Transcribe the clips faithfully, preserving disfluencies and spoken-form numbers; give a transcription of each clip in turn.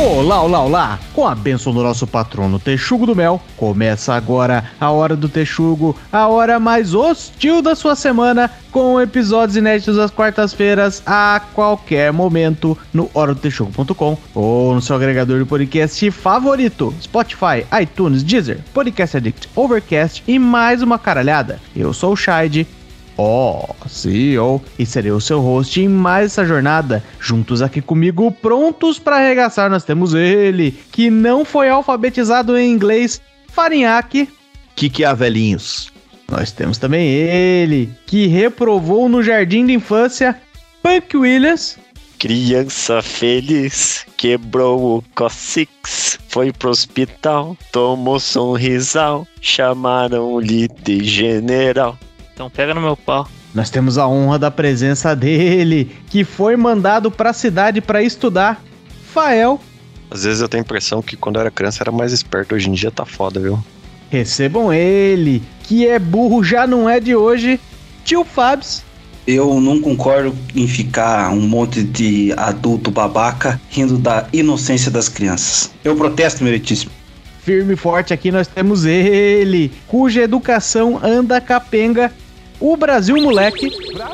Olá, olá, olá! Com a bênção do nosso patrono Texugo do Mel, começa agora a Hora do Texugo, a hora mais hostil da sua semana, com episódios inéditos às quartas-feiras, a qualquer momento, no hora do texugo ponto com ou no seu agregador de podcast favorito, Spotify, iTunes, Deezer, Podcast Addict, Overcast e mais uma caralhada. Eu sou o Shide, ó, oh, C E O, e serei o seu host em mais essa jornada. Juntos aqui comigo, prontos para arregaçar, nós temos ele, que não foi alfabetizado em inglês, Farinhaque. Que que há, velhinhos? Nós temos também ele, que reprovou no jardim de infância, Punk Williams. Criança feliz, quebrou o cóccix, foi pro hospital, tomou sorrisal, chamaram-lhe de general. Então pega no meu pau. Nós temos a honra da presença dele, que foi mandado pra cidade pra estudar, Fael. Às vezes eu tenho a impressão que quando eu era criança era mais esperto, hoje em dia tá foda, viu? Recebam ele, que é burro, já não é de hoje, tio Fabs. Eu não concordo em ficar um monte de adulto babaca rindo da inocência das crianças. Eu protesto, meritíssimo. Firme e forte aqui nós temos ele, cuja educação anda capenga, o Brasil moleque.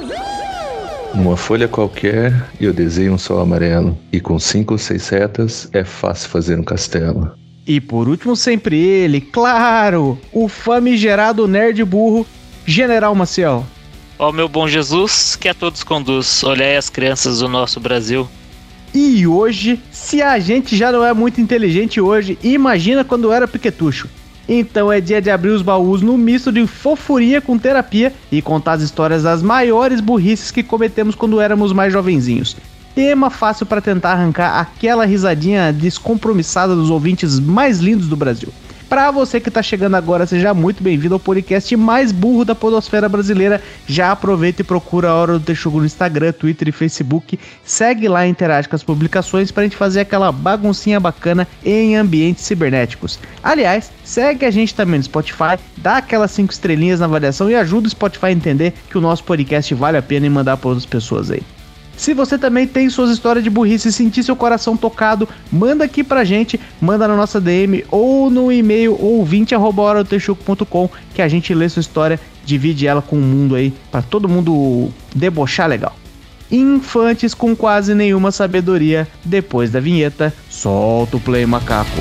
Uma folha qualquer e eu desenho um sol amarelo, e com cinco ou seis setas é fácil fazer um castelo. E por último sempre ele, claro, o famigerado nerd burro, General Maciel. Ó meu bom Jesus, que a todos conduz, olhai as crianças do nosso Brasil. E hoje, se a gente já não é muito inteligente hoje, imagina quando era piquetucho. Então é dia de abrir os baús no misto de fofuria com terapia e contar as histórias das maiores burrices que cometemos quando éramos mais jovenzinhos. Tema fácil para tentar arrancar aquela risadinha descompromissada dos ouvintes mais lindos do Brasil. Pra você que tá chegando agora, seja muito bem-vindo ao podcast mais burro da podosfera brasileira. Já aproveita e procura a Hora do Texugo no Instagram, Twitter e Facebook. Segue lá e interage com as publicações pra gente fazer aquela baguncinha bacana em ambientes cibernéticos. Aliás, segue a gente também no Spotify, dá aquelas cinco estrelinhas na avaliação e ajuda o Spotify a entender que o nosso podcast vale a pena e mandar pra outras pessoas aí. Se você também tem suas histórias de burrice e sentir seu coração tocado, manda aqui pra gente, manda na nossa D M ou no e-mail ouvinte arroba hora do texugo ponto com que a gente lê sua história, divide ela com o mundo aí, pra todo mundo debochar legal. Infantes com quase nenhuma sabedoria, depois da vinheta, solta o play, macaco.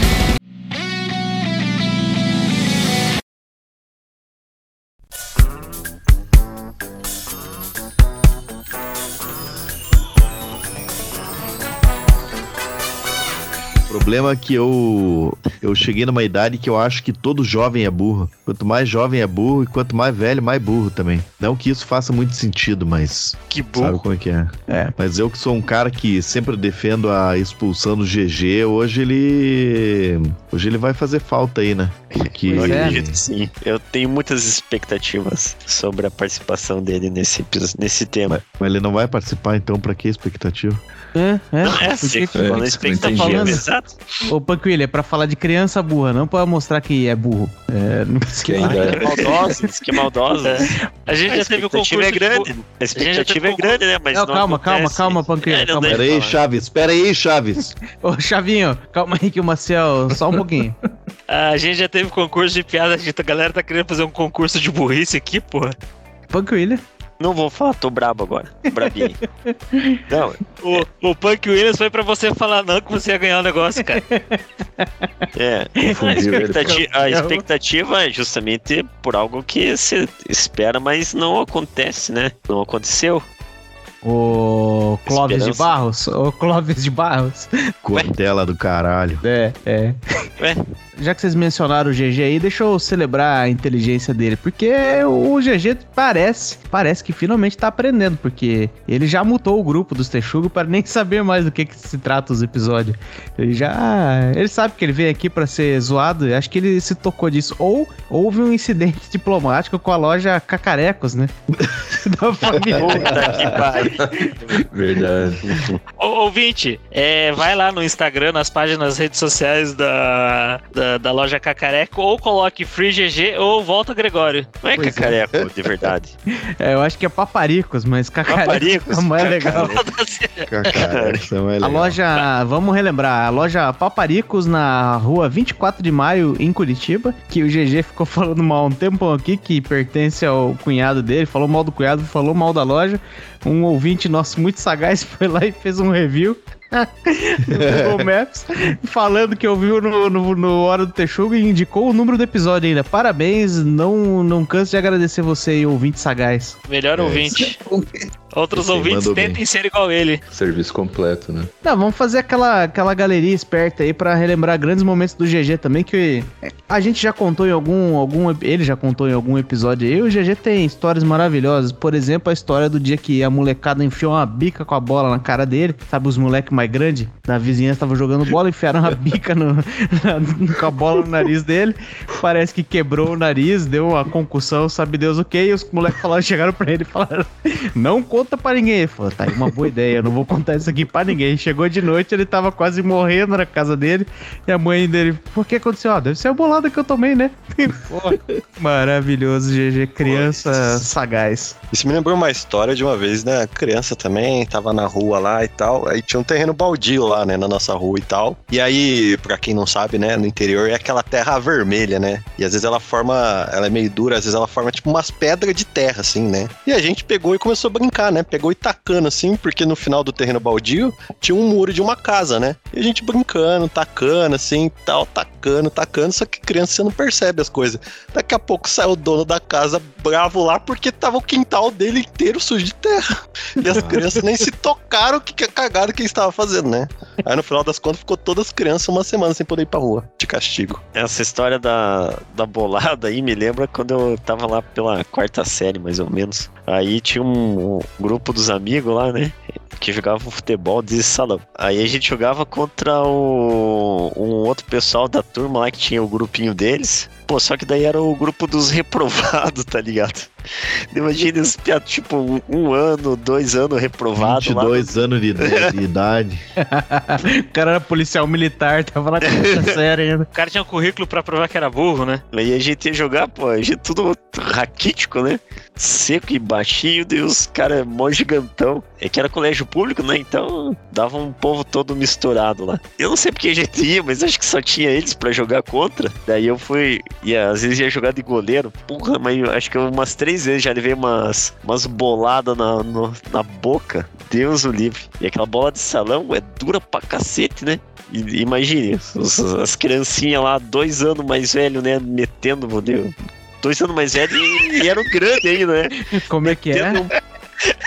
O problema é que eu, eu cheguei numa idade que eu acho que todo jovem é burro. Quanto mais jovem é burro e quanto mais velho, mais burro também. Não que isso faça muito sentido, mas... Que burro. Sabe como é que é? É. Mas eu que sou um cara que sempre defendo a expulsão do G G, hoje ele... Hoje ele vai fazer falta aí, né? Porque... Eu acredito, sim. Eu tenho muitas expectativas sobre a participação dele nesse, nesse tema. Mas, mas ele não vai participar, então pra que expectativa? É, é. Não, é assim, que falando é, expectativa, exato. Ô, Punk William, é pra falar de criança burra, não pra mostrar que é burro. É, não Que ainda Ah, é. que maldosos, que maldosos. A gente A já teve o concurso expectativa é de grande. bu- A expectativa é teve grande, né? Mas Não, não calma, calma, acontece. calma, Punk William, É, não calma. deixa Pera aí, falar. Chaves, espera aí, Chaves. Ô, Chavinho, calma aí que o Maciel, só um pouquinho. A gente já teve concurso de piada, a, gente, a galera tá querendo fazer um concurso de burrice aqui, porra. Punk William. Não vou falar, tô brabo agora. Brabinho. Não, O, o Punk Williams foi pra você falar não que você ia ganhar o negócio, cara. é. A Confundiu ele. expectativa, a expectativa é justamente por algo que se espera, mas não acontece, né? Não aconteceu. O Clóvis de Esperança. Barros. O Clóvis de Barros. Cortela do caralho. É, é. Ué? Já que vocês mencionaram o G G aí, deixa eu celebrar a inteligência dele, porque o G G parece, parece que finalmente tá aprendendo, porque ele já mutou o grupo dos Texugo para nem saber mais do que, que se trata os episódios. Ele já, ele sabe que ele veio aqui para ser zoado, acho que ele se tocou disso. Ou houve um incidente diplomático com a loja Cacarecos, né? da família. Puta que pariu. Verdade. Ô, ouvinte, é, vai lá no Instagram, nas páginas, nas redes sociais da, da, da loja Cacareco, ou coloque Free G G ou Volta Gregório. Não é Pois é. cacareco, de verdade. É, eu acho que é Paparicos, mas Cacareco Paparicos? é mais legal. Cara, isso é mais A legal. loja, vamos relembrar, a loja Paparicos na rua vinte e quatro de maio, em Curitiba, que o G G ficou falando mal um tempão aqui, que pertence ao cunhado dele, falou mal do cunhado, falou mal da loja. Um ouvinte nosso muito sagaz foi lá e fez um review no Google Maps, falando que ouviu no, no, no Hora do Texugo e indicou o número do episódio ainda. Parabéns, não, não canso de agradecer você aí, ouvinte sagaz. Melhor É, ouvinte. Outros Esse aí ouvintes mandou tentem bem. ser igual ele. Serviço completo, né? Não, vamos fazer aquela, aquela galeria esperta aí pra relembrar grandes momentos do G G também, que a gente já contou em algum, algum... Ele já contou em algum episódio aí. O G G tem histórias maravilhosas. Por exemplo, a história do dia que a molecada enfiou uma bica com a bola na cara dele. Sabe, os moleques mais grandes da vizinhança estavam jogando bola, enfiaram uma bica no, na, com a bola no nariz dele. Parece que quebrou o nariz, deu uma concussão, sabe Deus o que. E os moleques falaram, chegaram pra ele e falaram: não conta pra ninguém. Ele falou: tá aí uma boa ideia, eu não vou contar isso aqui pra ninguém. Chegou de noite, ele tava quase morrendo na casa dele. E a mãe dele: por que aconteceu? Ah, deve ser a bolada que eu tomei, né? Pô, maravilhoso, G G, criança Pô, sagaz. Isso me lembrou uma história de uma vez, né? Criança também, tava na rua lá e tal. Aí tinha um terreno baldio lá, né? Na nossa rua e tal. E aí, pra quem não sabe, né? No interior é aquela terra vermelha, né? E às vezes ela forma, ela é meio dura, às vezes ela forma tipo umas pedras de terra, assim, né? E a gente pegou e começou a brincar, né? Pegou e tacando, assim, porque no final do terreno baldio tinha um muro de uma casa, né? E a gente brincando, tacando, assim, tal, tacando, tacando. Só que criança você não percebe as coisas. Daqui a pouco saiu o dono da casa bravo lá porque tava o quintal dele inteiro sujo de terra. E as crianças nem se tocaram que, que a cagada que ele estava fazendo, né? Aí no final das contas ficou todas as crianças uma semana sem poder ir pra rua, de castigo. Essa história da, da bolada aí me lembra quando eu tava lá pela quarta série, mais ou menos. Aí tinha um, um grupo dos amigos lá, né? Que jogavam futebol de salão. Aí a gente jogava contra o, um outro pessoal da turma lá que tinha o grupinho deles. Pô, só que daí era o grupo dos reprovados, tá ligado? Imagina esse piado, tipo, um, um ano, dois anos reprovado vinte e dois anos de, de idade. O cara era policial militar, tava na quarta série ainda. O cara tinha um currículo pra provar que era burro, né? Aí a gente ia jogar, pô, a gente tudo raquítico, né? Seco e baixinho, e os caras mó gigantão. É que era colégio público, né? Então dava um povo todo misturado lá. Eu não sei porque a gente ia, mas acho que só tinha eles pra jogar contra. Daí eu fui, e às vezes ia jogar de goleiro. Porra, mas eu acho que eu umas três vezes já levei umas, umas boladas na, no, na boca. Deus o livre. E aquela bola de salão é dura pra cacete, né? E, imagine, os, as criancinhas lá, dois anos mais velho, né? Metendo, meu Deus. Dois anos mais velho e, e eram grandes ainda, né? Como é que é? Metendo um-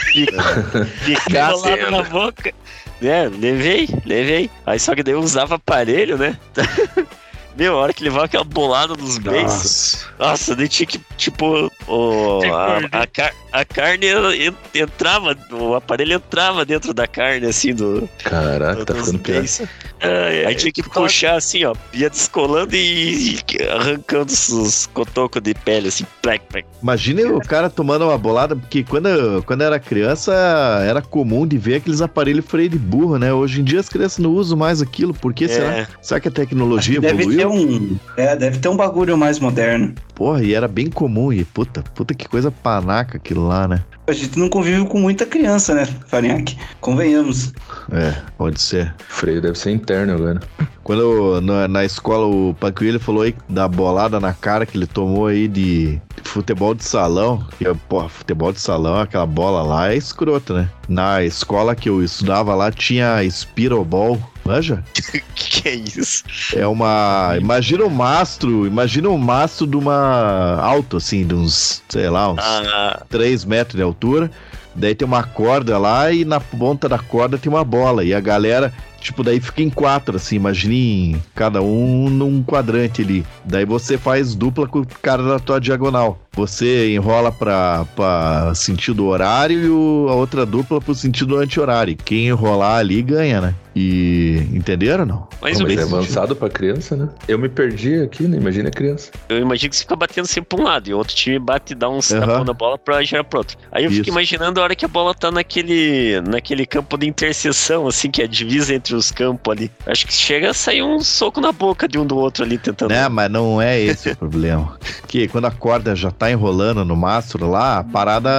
Fica- Ficar Bolado na boca. É, levei, levei. Aí só que daí eu usava aparelho, né? Meu, a hora que levava aquela bolada nos beiços. Nossa, daí tinha que, tipo, o, a, a, car- a carne en- entrava, o aparelho entrava dentro da carne, assim, do, Caraca, do, tá dos ficando pior. beiços. Aí tinha que puxar assim, ó, ia descolando e, e arrancando os, os cotocos de pele, assim, plec, plec. Imagine o cara tomando uma bolada, porque quando, quando era criança era comum de ver aqueles aparelhos freio de burro, né? Hoje em dia as crianças não usam mais aquilo. Por que É. será? Será que a tecnologia Deve evoluiu? ter um. É, deve ter um bagulho mais moderno. Porra, e era bem comum. E puta, puta que coisa panaca aquilo lá, né? A gente não convive com muita criança, né, Farinhaque? Convenhamos. É, pode ser. Freio deve ser interno agora. Quando na, na escola o Panquilho falou aí da bolada na cara que ele tomou aí de, de futebol de salão. E, porra, futebol de salão, aquela bola lá é escroto, né? Na escola que eu estudava lá tinha Spiroball. Manja? Que que é isso? É uma... Imagina um mastro, imagina um mastro de uma... alto, assim, de uns, sei lá, uns Ah, três metros de altura. Daí tem uma corda lá e na ponta da corda tem uma bola. E a galera Tipo, daí fica em quatro, assim, imagine cada um num quadrante ali. Daí você faz dupla com o cara da tua diagonal. Você enrola pra, pra sentido horário e o, a outra dupla pro sentido anti-horário. Quem enrolar ali ganha, né? E... entenderam ou não? Mas, Mas eu, é avançado pra criança, né? Eu me perdi aqui, né? Imagina a criança. eu imagino que você fica batendo sempre pra um lado e o outro time bate e dá uns Aham. tapão na bola pra girar pro outro. Aí eu fico Isso. imaginando a hora que a bola tá naquele, naquele campo de interseção, assim, que é a divisa entre os campos ali. Acho que chega a sair um soco na boca de um do outro ali, tentando... Né, mas não é esse o problema. Porque quando a corda já tá enrolando no mastro lá, a parada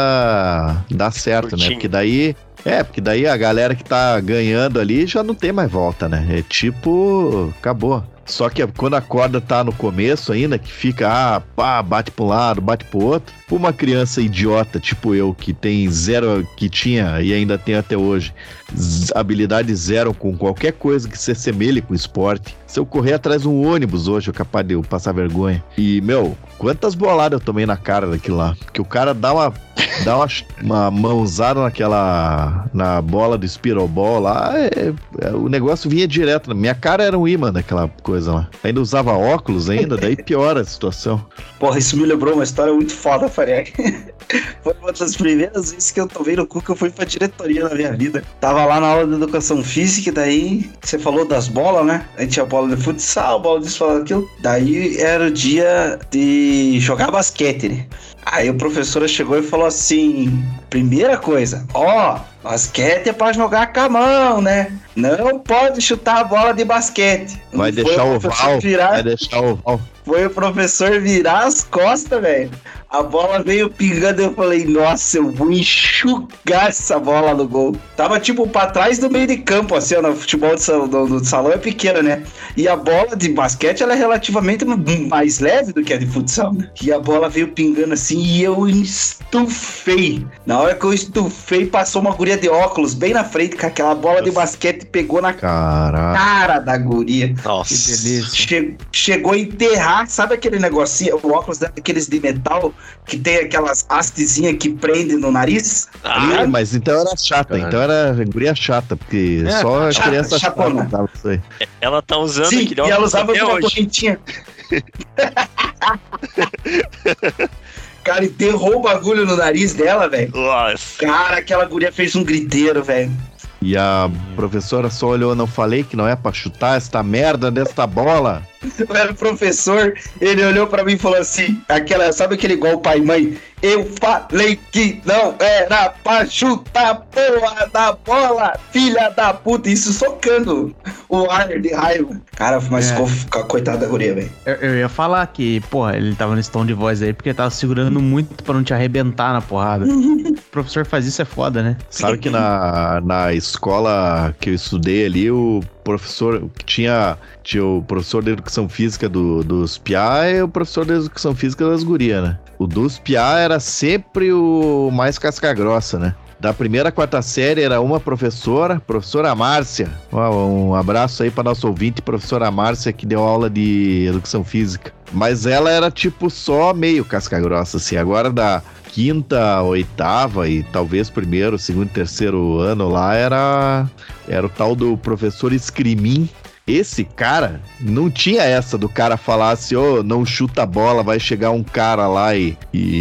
dá certo, né? Curtinho. Porque daí... É, porque daí a galera que tá ganhando ali já não tem mais volta, né? É tipo... acabou. Só que quando a corda tá no começo ainda, que fica, ah, pá, bate pra um lado, bate pro outro. Uma criança idiota, tipo eu, que tem zero, que tinha e ainda tem até hoje, z- habilidade zero com qualquer coisa que se assemelhe com esporte. Se eu correr atrás de um ônibus hoje, eu capaz de eu passar vergonha. E, meu, quantas boladas eu tomei na cara daquilo lá. Porque o cara dá uma... dá uma, uma mãozada naquela... na bola do Spiral Ball lá, é, é, o negócio vinha direto. Minha cara era um imã daquela coisa lá. Ainda usava óculos ainda, daí piora a situação. Porra, isso me lembrou uma história muito foda, Fariag. Foi uma das primeiras vezes que eu tomei no cu que eu fui pra diretoria na minha vida. Tava lá na aula de educação física, e daí você falou das bolas, né? A gente tinha bola de futsal, bola disso, bola daquilo. Daí era o dia de jogar basquete, né? Aí a professora chegou e falou assim: primeira coisa, ó, basquete é pra jogar com a mão, né? Não pode chutar a bola de basquete. Vai Foi deixar o o professor oval, virar- vai deixar o oval. Foi o professor virar as costas, velho. A bola veio pingando, eu falei, nossa, eu vou enxugar essa bola no gol. Tava tipo pra trás do meio de campo, assim, ó, no futebol de salão, do, do salão é pequena, né? E a bola de basquete, ela é relativamente mais leve do que a de futsal, né? E a bola veio pingando assim e eu estufei. Na hora que eu estufei, passou uma guria de óculos bem na frente, com aquela bola de basquete pegou na Caraca. cara da guria. Nossa. Que delícia. Che- chegou a enterrar, sabe aquele negocinho, o óculos daqueles de metal que tem aquelas hastezinhas que prendem no nariz? Ah, mas então era chata, Caralho. então era guria chata, porque É, só a chata, criança chatona. chata dava isso aí. Ela tá usando Sim, aquele e ela óculos usava até uma hoje. correntinha. Cara, enterrou o bagulho no nariz dela, velho. Nossa. Cara, aquela guria fez um griteiro, velho. E a professora só olhou, não falei que não é pra chutar esta merda desta bola. Eu era o professor, ele olhou pra mim e falou assim, aquela, sabe aquele igual pai e mãe? Eu falei que não era pra chutar a porra da bola, filha da puta. Isso socando o ar de raiva. Cara, mas É. ficou, ficou coitada da guria, velho. Eu, eu ia falar que, porra, ele tava nesse tom de voz aí porque tava segurando muito pra não te arrebentar na porrada. O professor faz isso, é foda, né? Sabe que na, na escola que eu estudei ali, o professor que tinha, tinha o professor de educação física do, dos piá e o professor de educação física das gurias, né? O dos piá era sempre o mais casca-grossa, né? Da primeira à quarta série era uma professora, professora Márcia. Ó, um abraço aí para nosso ouvinte, professora Márcia, que deu aula de educação física. Mas ela era tipo só meio casca-grossa, assim. Agora da quinta, oitava e talvez primeiro, segundo e terceiro ano lá era, era o tal do professor Escrimin. Esse cara, não tinha essa do cara falar assim, ô, não chuta a bola, vai chegar um cara lá e,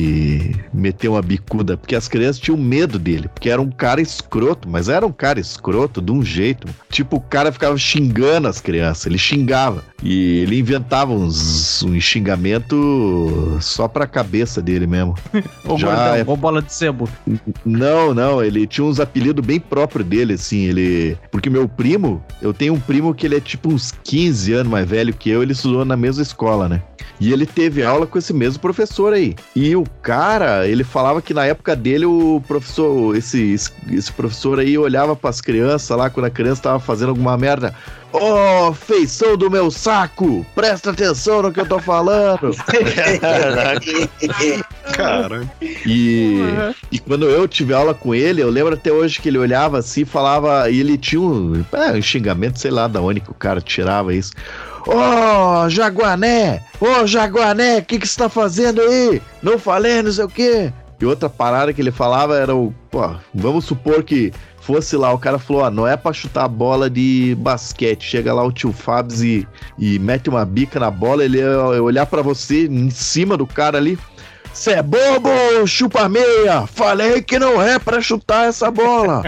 e meter uma bicuda, porque as crianças tinham medo dele, porque era um cara escroto, mas era um cara escroto de um jeito, tipo, o cara ficava xingando as crianças, ele xingava, e ele inventava uns, um xingamento só pra cabeça dele mesmo. Ô, Já gordão, é- ô bola de sebo. Não, não, ele tinha uns apelidos bem próprios dele, assim, ele... Porque meu primo, eu tenho um primo que ele é tipo uns quinze anos mais velho que eu, ele estudou na mesma escola, né? E ele teve aula com esse mesmo professor aí. E o cara, ele falava que na época dele o professor, esse, esse professor aí olhava pras crianças lá, quando a criança tava fazendo alguma merda. Ó, oh, feição do meu saco! Presta atenção no que eu tô falando! Caramba. E, e quando eu tive aula com ele, eu lembro até hoje que ele olhava assim, falava, e ele tinha um, é, um xingamento, sei lá da onde que o cara tirava isso. Ô, oh, Jaguané! Ô, oh, Jaguané, o que que você tá fazendo aí? Não falei, não sei o quê. E outra parada que ele falava era o, pô, vamos supor que fosse lá, o cara falou, ó, não é pra chutar a bola de basquete, chega lá o tio Fabs e, e mete uma bica na bola, ele ia olhar pra você em cima do cara ali, cê é bobo, chupa meia, falei que não é pra chutar essa bola.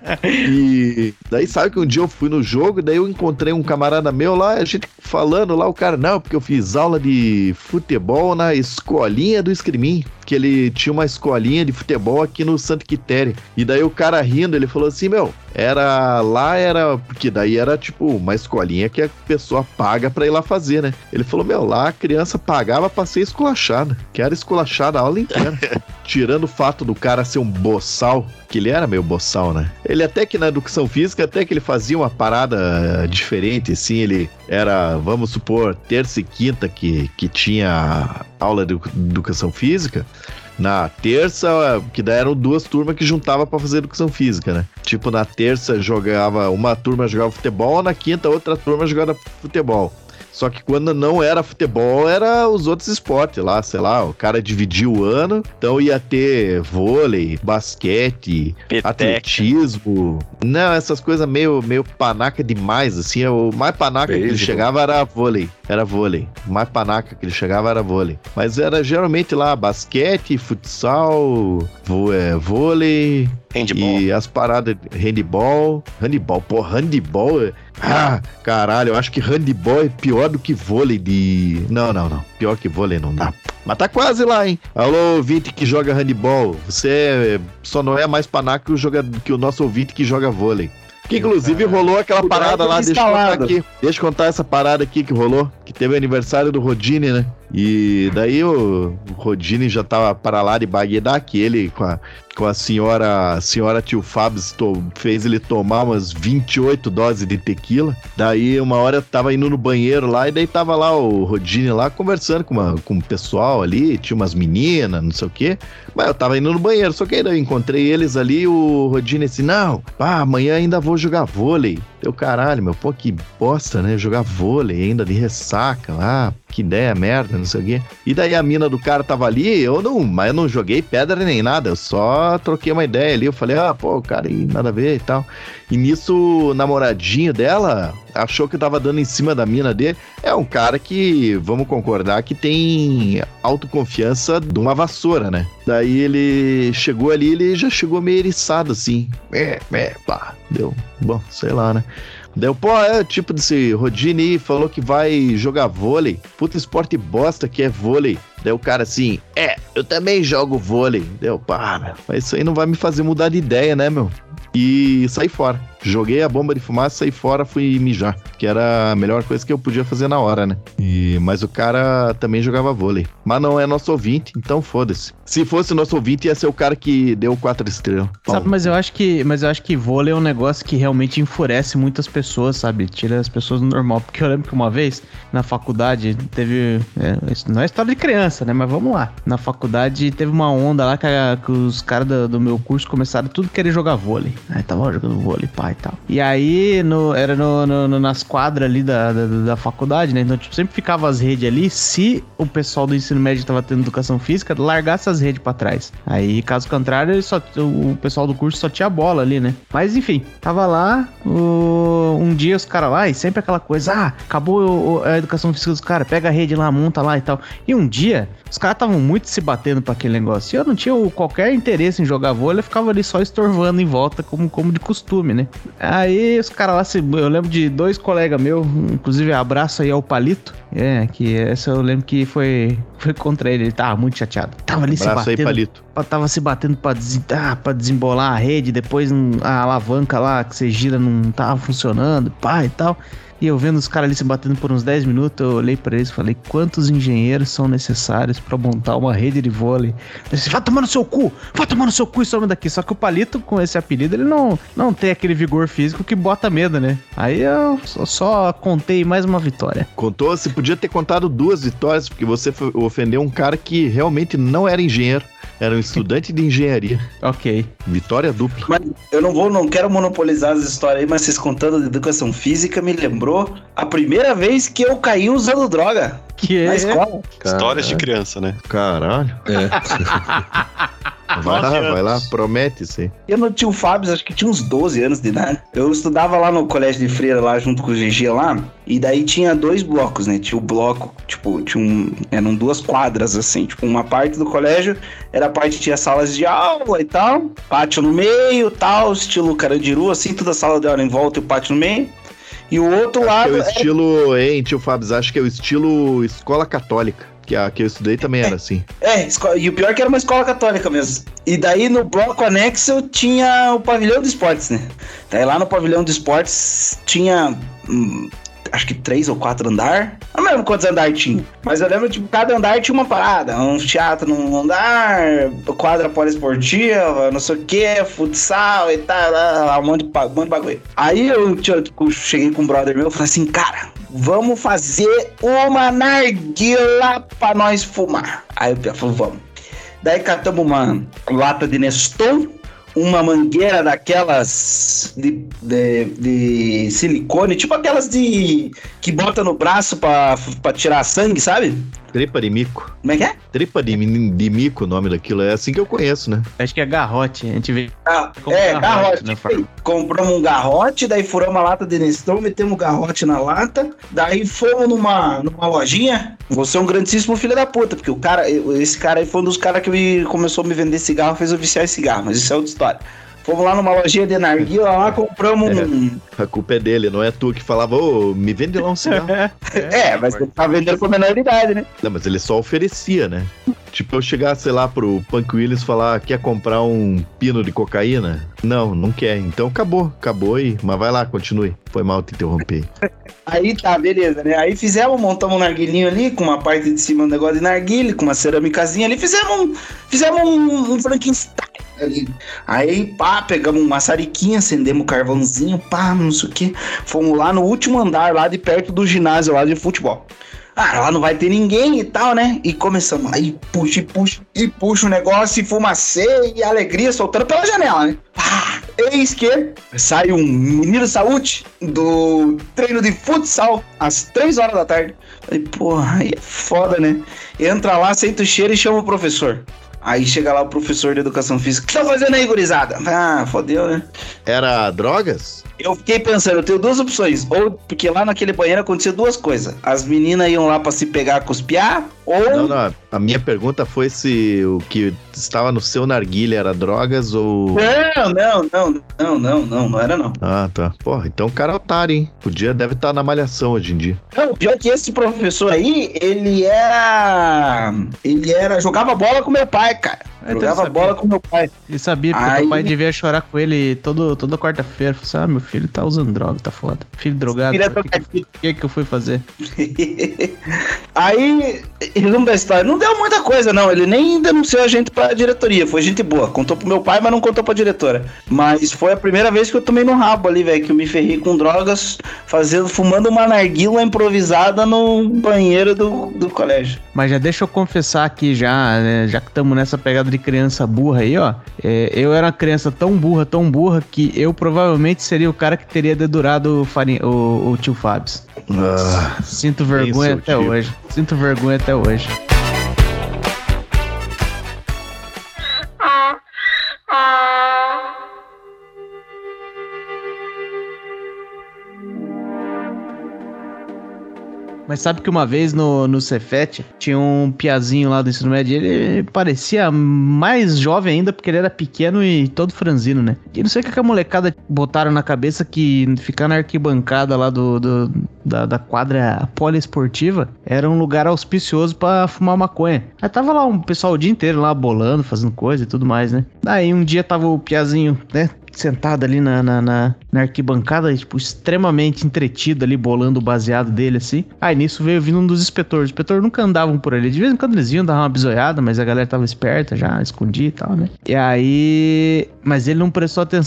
E daí sabe que um dia eu fui no jogo, daí eu encontrei um camarada meu lá, a gente falando lá, o cara, não, porque eu fiz aula de futebol na escolinha do Escrimin, que ele tinha uma escolinha de futebol aqui no Santo Quitéria. E daí o cara rindo, ele falou assim, meu, era lá, era, porque daí era tipo uma escolinha que a pessoa paga pra ir lá fazer, né? Ele falou, meu, lá a criança pagava pra ser esculachada, que era esculachada a aula inteira. Tirando o fato do cara ser um boçal, que ele era meio boçal, né? Ele até que na educação física, até que ele fazia uma parada diferente, assim, ele era, vamos supor, terça e quinta que, que tinha aula de educação física. Na terça, que daí eram duas turmas que juntava pra fazer educação física, né? Tipo, na terça jogava, uma turma jogava futebol, na quinta outra turma jogava futebol. Só que quando não era futebol, era os outros esportes lá, sei lá, o cara dividia o ano, então ia ter vôlei, basquete, Peteca. atletismo. Não, essas coisas meio, meio panaca demais, assim, o mais panaca que ele chegava era vôlei, era vôlei. O mais panaca que ele chegava era vôlei. Mas era geralmente lá basquete, futsal, vô, é, vôlei... Handball. E as paradas de handball. Handball, pô, handball. É... Ah, caralho, eu acho que handball é pior do que vôlei de. Não, não, não. Pior que vôlei não dá. Mas tá quase lá, hein? Alô, ouvinte que joga handball. Você só não é mais panaca que o, joga... que o nosso ouvinte que joga vôlei. Que inclusive rolou aquela parada lá, deixa eu contar aqui. Deixa eu contar essa parada aqui que rolou. Que teve o aniversário do Rodine, né? E daí o, o Rodine já tava para lá de Bagdá, que ele com a, com a senhora, a senhora tio Fábio to, fez ele tomar umas vinte e oito doses de tequila. Daí uma hora eu tava indo no banheiro lá, e daí tava lá o Rodine lá conversando com, uma, com o pessoal ali, tinha umas meninas, não sei o quê. Mas eu tava indo no banheiro, só que aí eu encontrei eles ali, o Rodine assim, não, pá, amanhã ainda vou jogar vôlei. Eu, caralho, meu, pô, que bosta, né? Jogar vôlei ainda de ressaca lá, que ideia merda, não sei o quê. E daí a mina do cara tava ali, eu não, mas eu não joguei pedra nem nada, eu só troquei uma ideia ali, eu falei, ah, pô, cara, e nada a ver e tal. E nisso, o namoradinho dela achou que eu tava dando em cima da mina dele. É um cara que, vamos concordar, que tem autoconfiança de uma vassoura, né? Daí ele chegou ali, ele já chegou meio eriçado, assim. É, é, pá, deu, bom, sei lá, né? Deu, pô, é o tipo desse Rodine aí, falou que vai jogar vôlei. Puta esporte bosta que é vôlei. Daí o cara assim, é, eu também jogo vôlei. Deu, pá, meu, mas isso aí não vai me fazer mudar de ideia, né, meu? E saí fora. Joguei a bomba de fumaça, saí fora, fui mijar. Que era a melhor coisa que eu podia fazer na hora, né? E, mas o cara também jogava vôlei. Mas não é nosso ouvinte, então foda-se. Se fosse nosso ouvinte, ia ser o cara que deu quatro estrelas. Sabe, mas eu acho que, mas eu acho que vôlei é um negócio que realmente enfurece muitas pessoas, sabe? Tira as pessoas do normal. Porque eu lembro que uma vez, na faculdade, teve... É, isso não é história de criança, né? Mas vamos lá. Na faculdade, teve uma onda lá que, a, que os caras do, do meu curso começaram tudo querer jogar vôlei. Aí tava jogando vôlei, pá, e tal. E aí, no, era no, no, no, nas quadras ali da, da, da faculdade, né? Então, tipo, sempre ficava as redes ali. Se o pessoal do ensino médio tava tendo educação física, largasse as redes pra trás. Aí, caso contrário, só, o pessoal do curso só tinha bola ali, né? Mas, enfim, tava lá, o, um dia os caras lá, e sempre aquela coisa, ah, acabou a educação física dos caras, pega a rede lá, monta lá e tal. E um dia, os caras estavam muito se batendo pra aquele negócio. E eu não tinha qualquer interesse em jogar vôlei, eu ficava ali só estorvando em volta, como, como de costume, né? Aí os caras lá, se, eu lembro de dois colegas meus, inclusive abraço aí ao Palito, é, que essa eu lembro que foi, foi contra ele, ele tava muito chateado. Tava ali abraço se batendo. Aí, Palito. Tava se batendo pra, des, ah, pra desembolar a rede, depois a alavanca lá que você gira não tava funcionando, pá e tal. E eu vendo os caras ali se batendo por uns dez minutos, eu olhei pra eles e falei, quantos engenheiros são necessários pra montar uma rede de vôlei? Eu disse, vai tomar no seu cu, vai tomar no seu cu e some daqui. Só que o Palito, com esse apelido, ele não, não tem aquele vigor físico que bota medo, né? Aí eu só, só contei mais uma vitória. Contou, você podia ter contado duas vitórias, porque você ofendeu um cara que realmente não era engenheiro. Era um estudante de engenharia. Ok. Vitória dupla. Mas eu não vou, não quero monopolizar as histórias aí, mas vocês contando de educação física me lembrou a primeira vez que eu caí usando droga. Que na é? escola. Histórias de criança, né? Caralho. É. Vai lá, nove vai lá, anos. promete isso aí. Eu no tio Fábio, acho que tinha uns doze anos de idade. Eu estudava lá no colégio de freira, lá junto com o G G lá. E daí tinha dois blocos, né? Tinha o bloco, tipo, tinha um, eram duas quadras, assim. Tipo, uma parte do colégio era a parte que tinha salas de aula e tal. Pátio no meio, tal, estilo Carandiru, assim. Toda a sala de aula em volta e o pátio no meio. E o outro Acho que lado... é o era- estilo, hein, tio Fábio, acho que é o estilo escola católica, que a que eu estudei também era assim. É, esco- e o pior é que era uma escola católica mesmo. E daí no bloco anexo tinha o pavilhão de esportes, né? Daí lá no pavilhão de esportes tinha, hum, acho que três ou quatro andar. Não lembro quantos andares tinha. Mas eu lembro, tipo, cada andar tinha uma parada. Um teatro num andar, quadra poliesportiva, não sei o que, futsal e tal, lá, lá, um monte de, ba- um monte de bagulho. Aí eu tinha- tipo, cheguei com um brother meu e falei assim, cara, vamos fazer uma narguila pra nós fumar. Aí o Pia falou, vamos. Daí catamos uma lata de Neston, uma mangueira daquelas de, de, de silicone, tipo aquelas de que bota no braço pra, pra tirar sangue, sabe? Tripa de mico. Como é que é? Tripa de, mi- de mico o nome daquilo, é assim que eu conheço, né? Acho que é garrote. A gente vê Ah, como é, garrote, garrote. né, Fábio? Compramos um garrote, daí furamos uma lata de Neston, metemos um garrote na lata, daí fomos numa, numa lojinha. Você é um grandíssimo filho da puta, porque o cara, esse cara aí foi um dos caras que me, começou a me vender cigarro, fez eu viciar em cigarro, mas isso é outra história. Fomos lá numa lojinha de narguila, lá compramos um... A culpa é dele, não é tu que falava, ô, me vende lá um cigarro. É, mas ele tá vendendo com menor de idade, né? Não, mas ele só oferecia, né? Tipo, eu chegar, sei lá, pro Punk Willis falar, quer comprar um pino de cocaína? Não, não quer. Então acabou, acabou aí. Mas vai lá, continue. Foi mal te interromper. Aí tá, beleza, né? Aí fizemos, montamos um narguilinho ali, com uma parte de cima um negócio de narguile, com uma cerâmicazinha ali, fizemos um, fizemos um, um Frankenstein ali. Aí, pá, pegamos uma maçariquinha, acendemos um carvãozinho, pá, não sei o que. Fomos lá no último andar, lá de perto do ginásio lá de futebol. Ah, lá não vai ter ninguém e tal, né? E começamos. Aí puxa e puxa e puxa o negócio e fumaceia e alegria soltando pela janela, né? Pá, eis que sai um menino saúde do treino de futsal às três horas da tarde. Falei, porra, aí é foda, né? Entra lá, senta o cheiro e chama o professor. Aí chega lá o professor de educação física. O que tá fazendo aí, gurizada? Ah, fodeu, né? Era drogas? Eu fiquei pensando, eu tenho duas opções. Ou porque lá naquele banheiro acontecia duas coisas. As meninas iam lá pra se pegar, cuspiar, ou... Não, não. A minha pergunta foi se o que estava no seu narguilha era drogas ou... Não, não, não, não, não, não, não era não. Ah, tá. Porra, então o cara é otário, hein? Podia, deve estar na malhação hoje em dia. Não, o pior é que esse professor aí, ele era... Ele era... Jogava bola com meu pai, cara. É, então Jogava ele sabia. bola com meu pai. Ele sabia, porque Aí- meu pai devia chorar com ele todo, toda quarta-feira. Falei assim, ah, meu filho tá usando droga, tá foda. Filho drogado, Filho é o que, que, drogado. que que eu fui fazer? Aí, resumo da história, não deu muita coisa, não. Ele nem denunciou a gente pra diretoria. Foi gente boa. Contou pro meu pai, mas não contou pra diretora. Mas foi a primeira vez que eu tomei no rabo ali, velho. Que eu me ferrei com drogas, fazendo, fumando uma narguila improvisada no banheiro do, do colégio. Mas já deixa eu confessar aqui já, né, já que estamos nessa pegada de criança burra aí, ó. É, eu era uma criança tão burra, tão burra, que eu provavelmente seria o cara que teria dedurado o, Farin- o, o tio Fábio. Ah, Sinto vergonha seu até tio. hoje. Sinto vergonha até hoje. Mas sabe que uma vez no, no Cefet tinha um piazinho lá do ensino médio, ele parecia mais jovem ainda porque ele era pequeno e todo franzino, né? E não sei o que, que a molecada botaram na cabeça que ficar na arquibancada lá do, do, da, da quadra poliesportiva era um lugar auspicioso pra fumar maconha. Aí tava lá um pessoal o dia inteiro lá bolando, fazendo coisa e tudo mais, né? Daí um dia tava o piazinho, né? Sentado ali na, na, na, na arquibancada, tipo, extremamente entretido ali, bolando o baseado dele, assim. Aí nisso veio vindo um dos inspetores. Os inspetores nunca andavam por ali. De vez em quando eles iam dar uma bisoiada, mas a galera tava esperta já, escondia e tal, né? E aí... Mas ele não prestou atenção.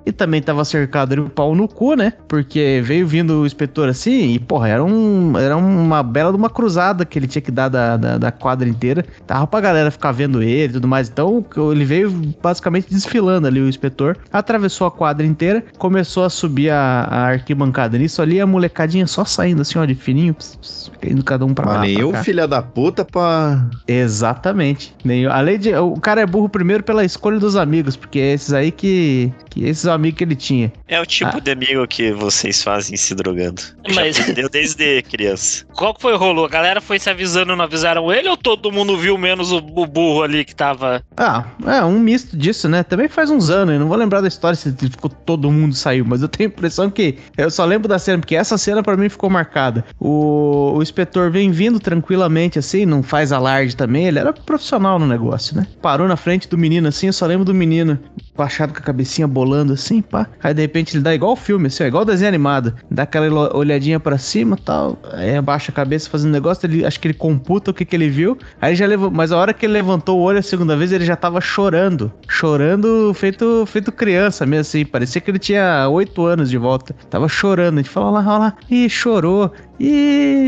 e também tava cercado de um pau no cu, né? Porque veio vindo o inspetor assim, e porra, era, um, era uma bela de uma cruzada que ele tinha que dar da, da, da quadra inteira. Tava pra galera ficar vendo ele e tudo mais. Então ele veio basicamente desfilando ali, o inspetor. Atravessou a quadra inteira, começou a subir a, a arquibancada. Nisso ali, a molecadinha só saindo assim, ó, de fininho, pss, pss, indo cada um pra lá. Mas nenhum filho da puta pra... Exatamente. Nem, além de... O cara é burro primeiro pela escolha dos amigos, porque é esses aí que... que esses amigos que ele tinha. É o tipo Ah. de amigo que vocês fazem se drogando. Mas- Já aprendeu desde criança. Qual que foi o rolo? A galera foi se avisando e não avisaram ele ou todo mundo viu menos o, o burro ali que tava... Ah, é um misto disso, né? Também faz uns anos, eu não vou lembrar da história se ficou todo mundo saiu, mas eu tenho a impressão que eu só lembro da cena, porque essa cena pra mim ficou marcada. O, o inspetor vem vindo tranquilamente assim, não faz alarde também, ele era profissional no negócio, né? Parou na frente do menino assim, eu só lembro do menino baixado com a cabecinha bolando assim, pá. Aí de repente ele dá igual o filme, assim, ó, igual desenho animado, dá aquela lo- olhadinha pra cima e tal, aí abaixa a cabeça fazendo negócio, ele, acho que ele computa o que que ele viu, aí já levou, mas a hora que ele levantou o olho a segunda vez, ele já tava chorando, chorando feito, feito criança mesmo assim, parecia que ele tinha oito anos de volta, tava chorando, a gente falou, olha lá, olha lá, ih, chorou, ih...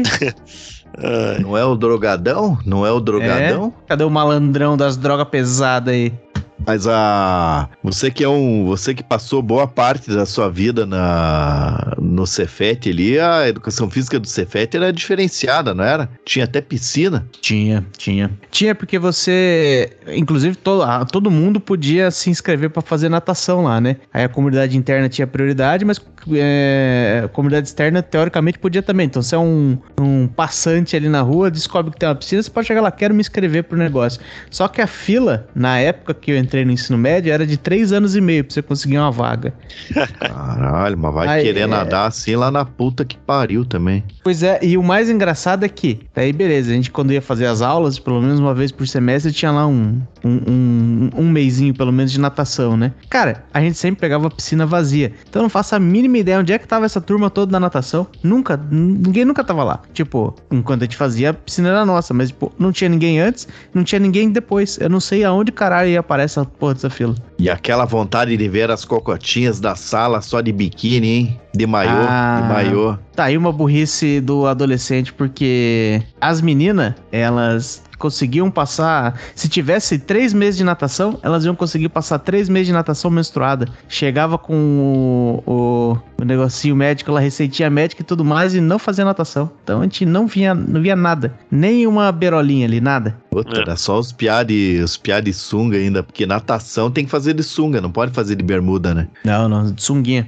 Ai, Não é o drogadão? Não é o drogadão? É? Cadê o malandrão das drogas pesadas aí? Mas a você que é um, você que passou boa parte da sua vida na no Cefet ali, a educação física do Cefet era diferenciada, não era? Tinha até piscina. Tinha, tinha. Tinha porque você, inclusive todo, ah, todo mundo podia se inscrever pra fazer natação lá, né? Aí a comunidade interna tinha prioridade, mas é, a comunidade externa teoricamente podia também. Então você é um, um passante ali na rua, descobre que tem uma piscina, você pode chegar lá, quero me inscrever pro negócio. Só que a fila, na época que eu entrei no ensino médio, era de três anos e meio pra você conseguir uma vaga. Caralho, mas vai Aí, querer é. nadar assim lá na puta que pariu também. Pois é, e o mais engraçado é que, daí beleza, a gente quando ia fazer as aulas, pelo menos uma vez por semestre, tinha lá um, um, um, um mesinho pelo menos de natação, né? Cara, a gente sempre pegava a piscina vazia, então eu não faço a mínima ideia onde é que tava essa turma toda da natação, nunca, n- ninguém nunca tava lá. Tipo, enquanto a gente fazia, a piscina era nossa, mas tipo, não tinha ninguém antes, não tinha ninguém depois, eu não sei aonde caralho ia aparecer essa porra dessa fila. E aquela vontade de ver as cocotinhas da sala só de biquíni, hein? De maiô, Ah. de maiô. Tá aí uma burrice do adolescente, porque as meninas, elas conseguiam passar... Se tivesse três meses de natação, elas iam conseguir passar três meses de natação menstruada. Chegava com o, o, o negocinho médico, ela receitinha médica e tudo mais, e não fazia natação. Então a gente não via, não via nada. Nem uma berolinha ali, nada. Puta, É. era só os piá de, os piá de sunga ainda, porque natação tem que fazer de sunga, não pode fazer de bermuda, né? Não, não, de sunguinha.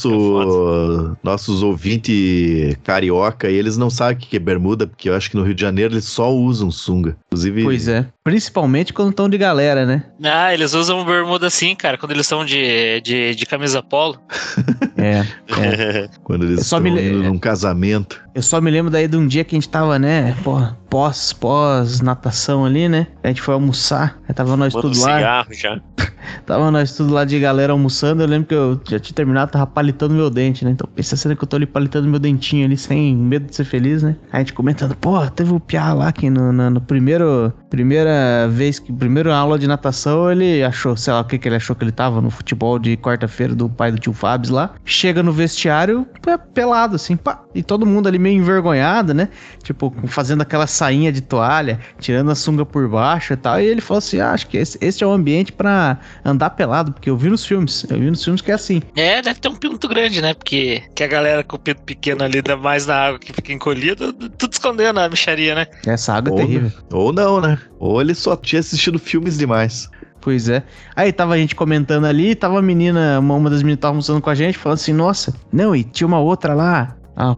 Nosso, nossos ouvintes carioca, eles não sabem o que é bermuda, porque eu acho que no Rio de Janeiro eles só usam sunga. Inclusive, Pois é. Principalmente quando estão de galera, né? Ah, eles usam bermuda assim, cara, quando eles estão de, de, de camisa polo. É, é. quando eles Eu só estão me le- indo num casamento. Eu só me lembro daí de um dia que a gente tava, né, porra, pós, pós natação ali, né? A gente foi almoçar, aí tava nós Manda um tudo lá, cigarro já. tava nós tudo lá de galera almoçando, eu lembro que eu já tinha terminado, tava palitando meu dente, né? Então pensa a cena que eu tô ali palitando meu dentinho ali, sem medo de ser feliz, né? Aí a gente comentando, pô, teve o Piá lá que no, no, no primeiro, primeira vez, que primeira aula de natação, ele achou, sei lá o que que ele achou que ele tava, no futebol de quarta-feira do pai do tio Fábio lá, chega no vestiário, pé, pelado assim, pá, e todo mundo ali meio envergonhado, né? Tipo, fazendo aquela sainha de toalha, tirando a sunga por baixo e tal, e ele falou assim, ah, acho que esse, esse é o ambiente pra andar pelado, porque eu vi nos filmes, eu vi nos filmes que é assim. É, deve ter um pinto grande, né? Porque que a galera com o pinto pequeno ali, ainda mais na água que fica encolhida, tudo escondendo a micharia, né? Essa água é Ou, terrível. ou não, né? Ou ele só tinha assistido filmes demais. Pois é. Aí tava a gente comentando ali, tava a menina, uma, uma das meninas tava almoçando com a gente, falando assim, nossa, não, e tinha uma outra lá, a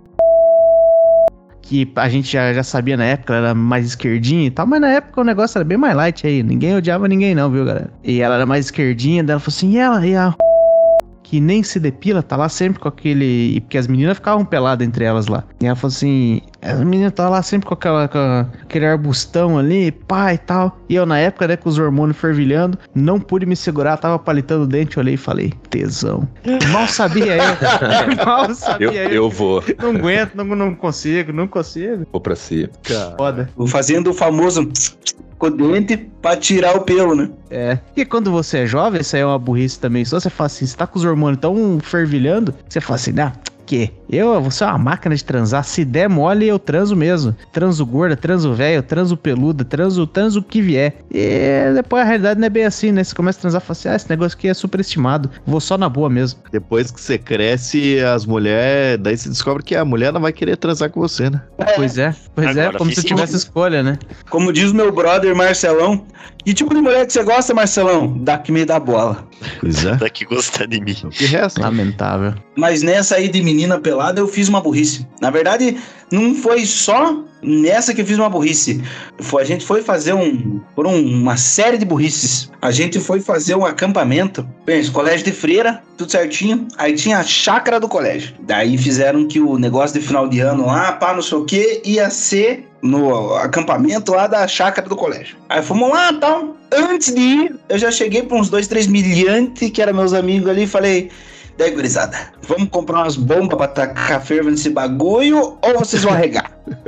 que a gente já, já sabia na época, ela era mais esquerdinha e tal, mas na época o negócio era bem mais light aí, ninguém odiava ninguém não, viu, galera? E ela era mais esquerdinha, daí ela falou assim, e ela, e a que nem se depila, tá lá sempre com aquele... Porque as meninas ficavam peladas entre elas lá. E ela falou assim, As meninas estavam lá sempre com, aquela, com aquele arbustão ali, pá e tal. E eu, na época, né, com os hormônios fervilhando, não pude me segurar, tava palitando o dente, olhei e falei, tesão. Mal sabia eu. Mal sabia Eu, eu. eu vou. Não aguento, não, não consigo, não consigo. Vou pra cima. Foda. Fazendo o famoso com o dente pra tirar o pelo, né? É. E quando você é jovem, isso aí é uma burrice também. Só você fala assim, você tá com os hormônios tão fervilhando, você fala assim, ah, que? Eu vou ser uma máquina de transar. Se der mole, eu transo mesmo. Transo gorda, transo velho, transo peluda, transo, transo o que vier. E depois a realidade não é bem assim, né? Você começa a transar e fala assim, ah, esse negócio aqui é superestimado. Vou só na boa mesmo. Depois que você cresce, as mulheres... Daí você descobre que a mulher não vai querer transar com você, né? Pois é, pois Agora é, como fiz se tivesse escolha, né? Como diz o meu brother Marcelão, que tipo de mulher que você gosta, Marcelão? Da que me dá bola. Pois é. Daqui gostar de mim. O que resta? Lamentável. Mas nessa aí de menina pelada eu fiz uma burrice. Na verdade, não foi só nessa que eu fiz uma burrice. Foi, a gente foi fazer um... Por um, uma série de burrices. A gente foi fazer um acampamento. Pensa, colégio de freira, tudo certinho. Aí tinha a chácara do colégio. Daí fizeram que o negócio de final de ano lá, pá, não sei o que, ia ser no acampamento lá da chácara do colégio. Aí fomos lá e tal. Antes de ir, eu já cheguei para uns dois, três miliantes, que eram meus amigos ali, e falei... Daí, gurizada, vamos comprar umas bombas pra tacar fervo nesse bagulho ou vocês vão arregar?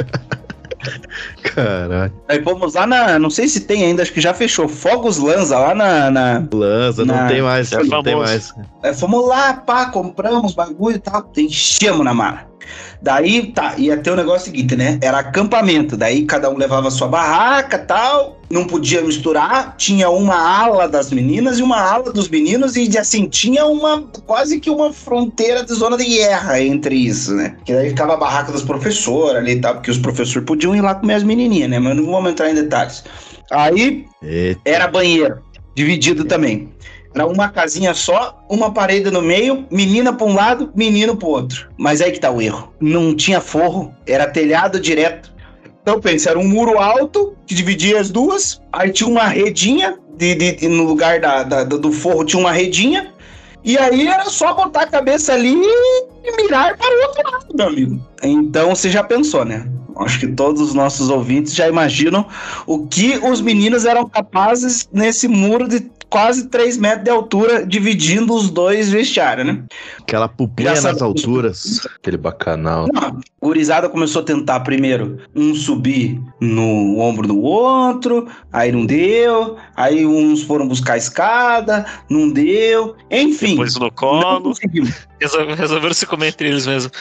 Caralho. Aí fomos lá na... Não sei se tem ainda, acho que já fechou. Fogos Lanza, lá na... na Lança, não Na- tem mais, é não tem famoso. mais. Aí fomos lá, pá, compramos bagulho e tal, enchemos na mala. Daí, tá, ia ter o negócio seguinte, né? Era acampamento, daí cada um levava a sua barraca e tal, não podia misturar, tinha uma ala das meninas e uma ala dos meninos, e assim, tinha uma, quase que uma fronteira de zona de guerra entre isso, né? Que daí ficava a barraca dos professores ali e tal, porque os professores podiam ir lá comer as menininhas, né? Mas não vamos entrar em detalhes. Aí, Eita. era banheiro, dividido também. Era uma casinha só, uma parede no meio, menina pra um lado, menino pro outro. Mas aí que tá o erro. Não tinha forro, era telhado direto. Então pensa, era um muro alto que dividia as duas, aí tinha uma redinha, de, de, de- no lugar da, da- do forro tinha uma redinha, e aí era só botar a cabeça ali e mirar para o outro lado, meu amigo. Então você já pensou, né? Acho que todos os nossos ouvintes já imaginam o que os meninos eram capazes nesse muro de quase três metros de altura, dividindo os dois vestiários, né? Aquela pupinha Já nas sabe- alturas. Aquele bacanal. Não, o gurizada começou a tentar primeiro um subir no ombro do outro, aí não deu, aí uns foram buscar a escada, não deu, enfim. Depois no Não colo. conseguimos. Resol- Resolveram se comer entre eles mesmo.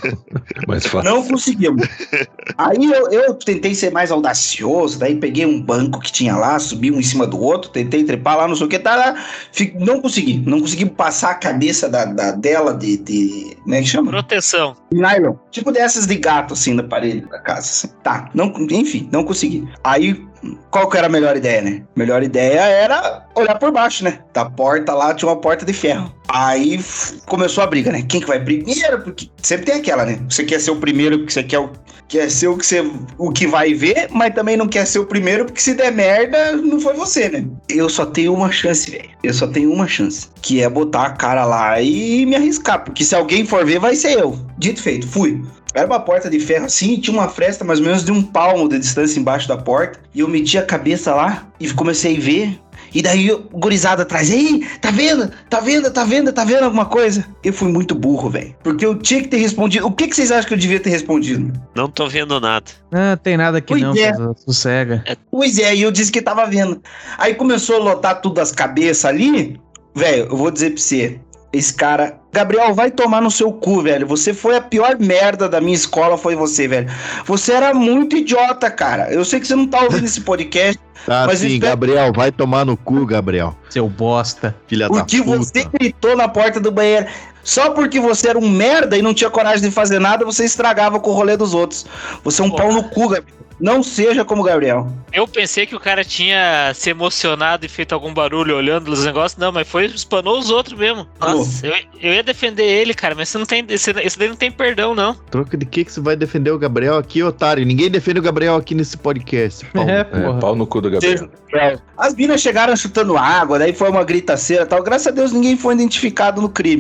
Mais fácil. Não conseguimos. Aí eu, eu tentei ser mais audacioso, daí peguei um banco que tinha lá, subi um em cima do outro, tentei trepar lá, não sei o que, tá lá, fi- não consegui, não consegui passar a cabeça da, da- dela de, de, como é que chama? Proteção. Nylon, tipo dessas de gato assim na parede da casa, assim. Tá, não, enfim, não consegui. Aí, qual que era a melhor ideia, né? Melhor ideia era olhar por baixo, né? Da porta lá tinha uma porta de ferro. Aí f- começou a briga, né? Quem que vai primeiro? Porque sempre tem aquela, né? Você quer ser o primeiro porque você quer o quer ser o que você o que vai ver, mas também não quer ser o primeiro porque se der merda, não foi você, né? Eu só tenho uma chance, velho. Eu só tenho uma chance, que é botar a cara lá e me arriscar, porque se alguém for ver, vai ser eu. Dito e feito, fui. Era uma porta de ferro assim, tinha uma fresta mais ou menos de um palmo de distância embaixo da porta. E eu meti a cabeça lá e comecei a ver. E daí, o gurizada atrás, ei, tá vendo? Tá vendo? Tá vendo? Tá vendo alguma coisa? Eu fui muito burro, velho. Porque eu tinha que ter respondido. O que, que vocês acham que eu devia ter respondido? Não tô vendo nada. Ah, tem nada aqui Pois não, é. Fazão, sossega. Pois é, e eu disse que tava vendo. Aí começou a lotar tudo as cabeças ali. Velho, eu vou dizer pra você. Esse cara... Gabriel, vai tomar no seu cu, velho. Você foi a pior merda da minha escola, foi você, velho. Você era muito idiota, cara. Eu sei que você não tá ouvindo esse podcast, Tá Mas assim, espera- Gabriel, vai tomar no cu, Gabriel. Seu bosta. Filha porque da puta. você gritou na porta do banheiro. Só porque você era um merda e não tinha coragem de fazer nada, você estragava com o rolê dos outros. Você é um pau no cu, Gabriel. Não seja como o Gabriel. Eu pensei que o cara tinha se emocionado e feito algum barulho olhando os negócios. Não, mas foi, espanou os outros mesmo. Nossa, eu, eu ia defender ele, cara, mas você não tem, esse, esse daí não tem perdão, não. Troca de que que você vai defender o Gabriel aqui, otário? Ninguém defende o Gabriel aqui nesse podcast. Pau. É, É, porra. pau no cu do Gabriel. As minas chegaram chutando água, daí foi uma gritaceira e tal. Graças a Deus ninguém foi identificado no crime.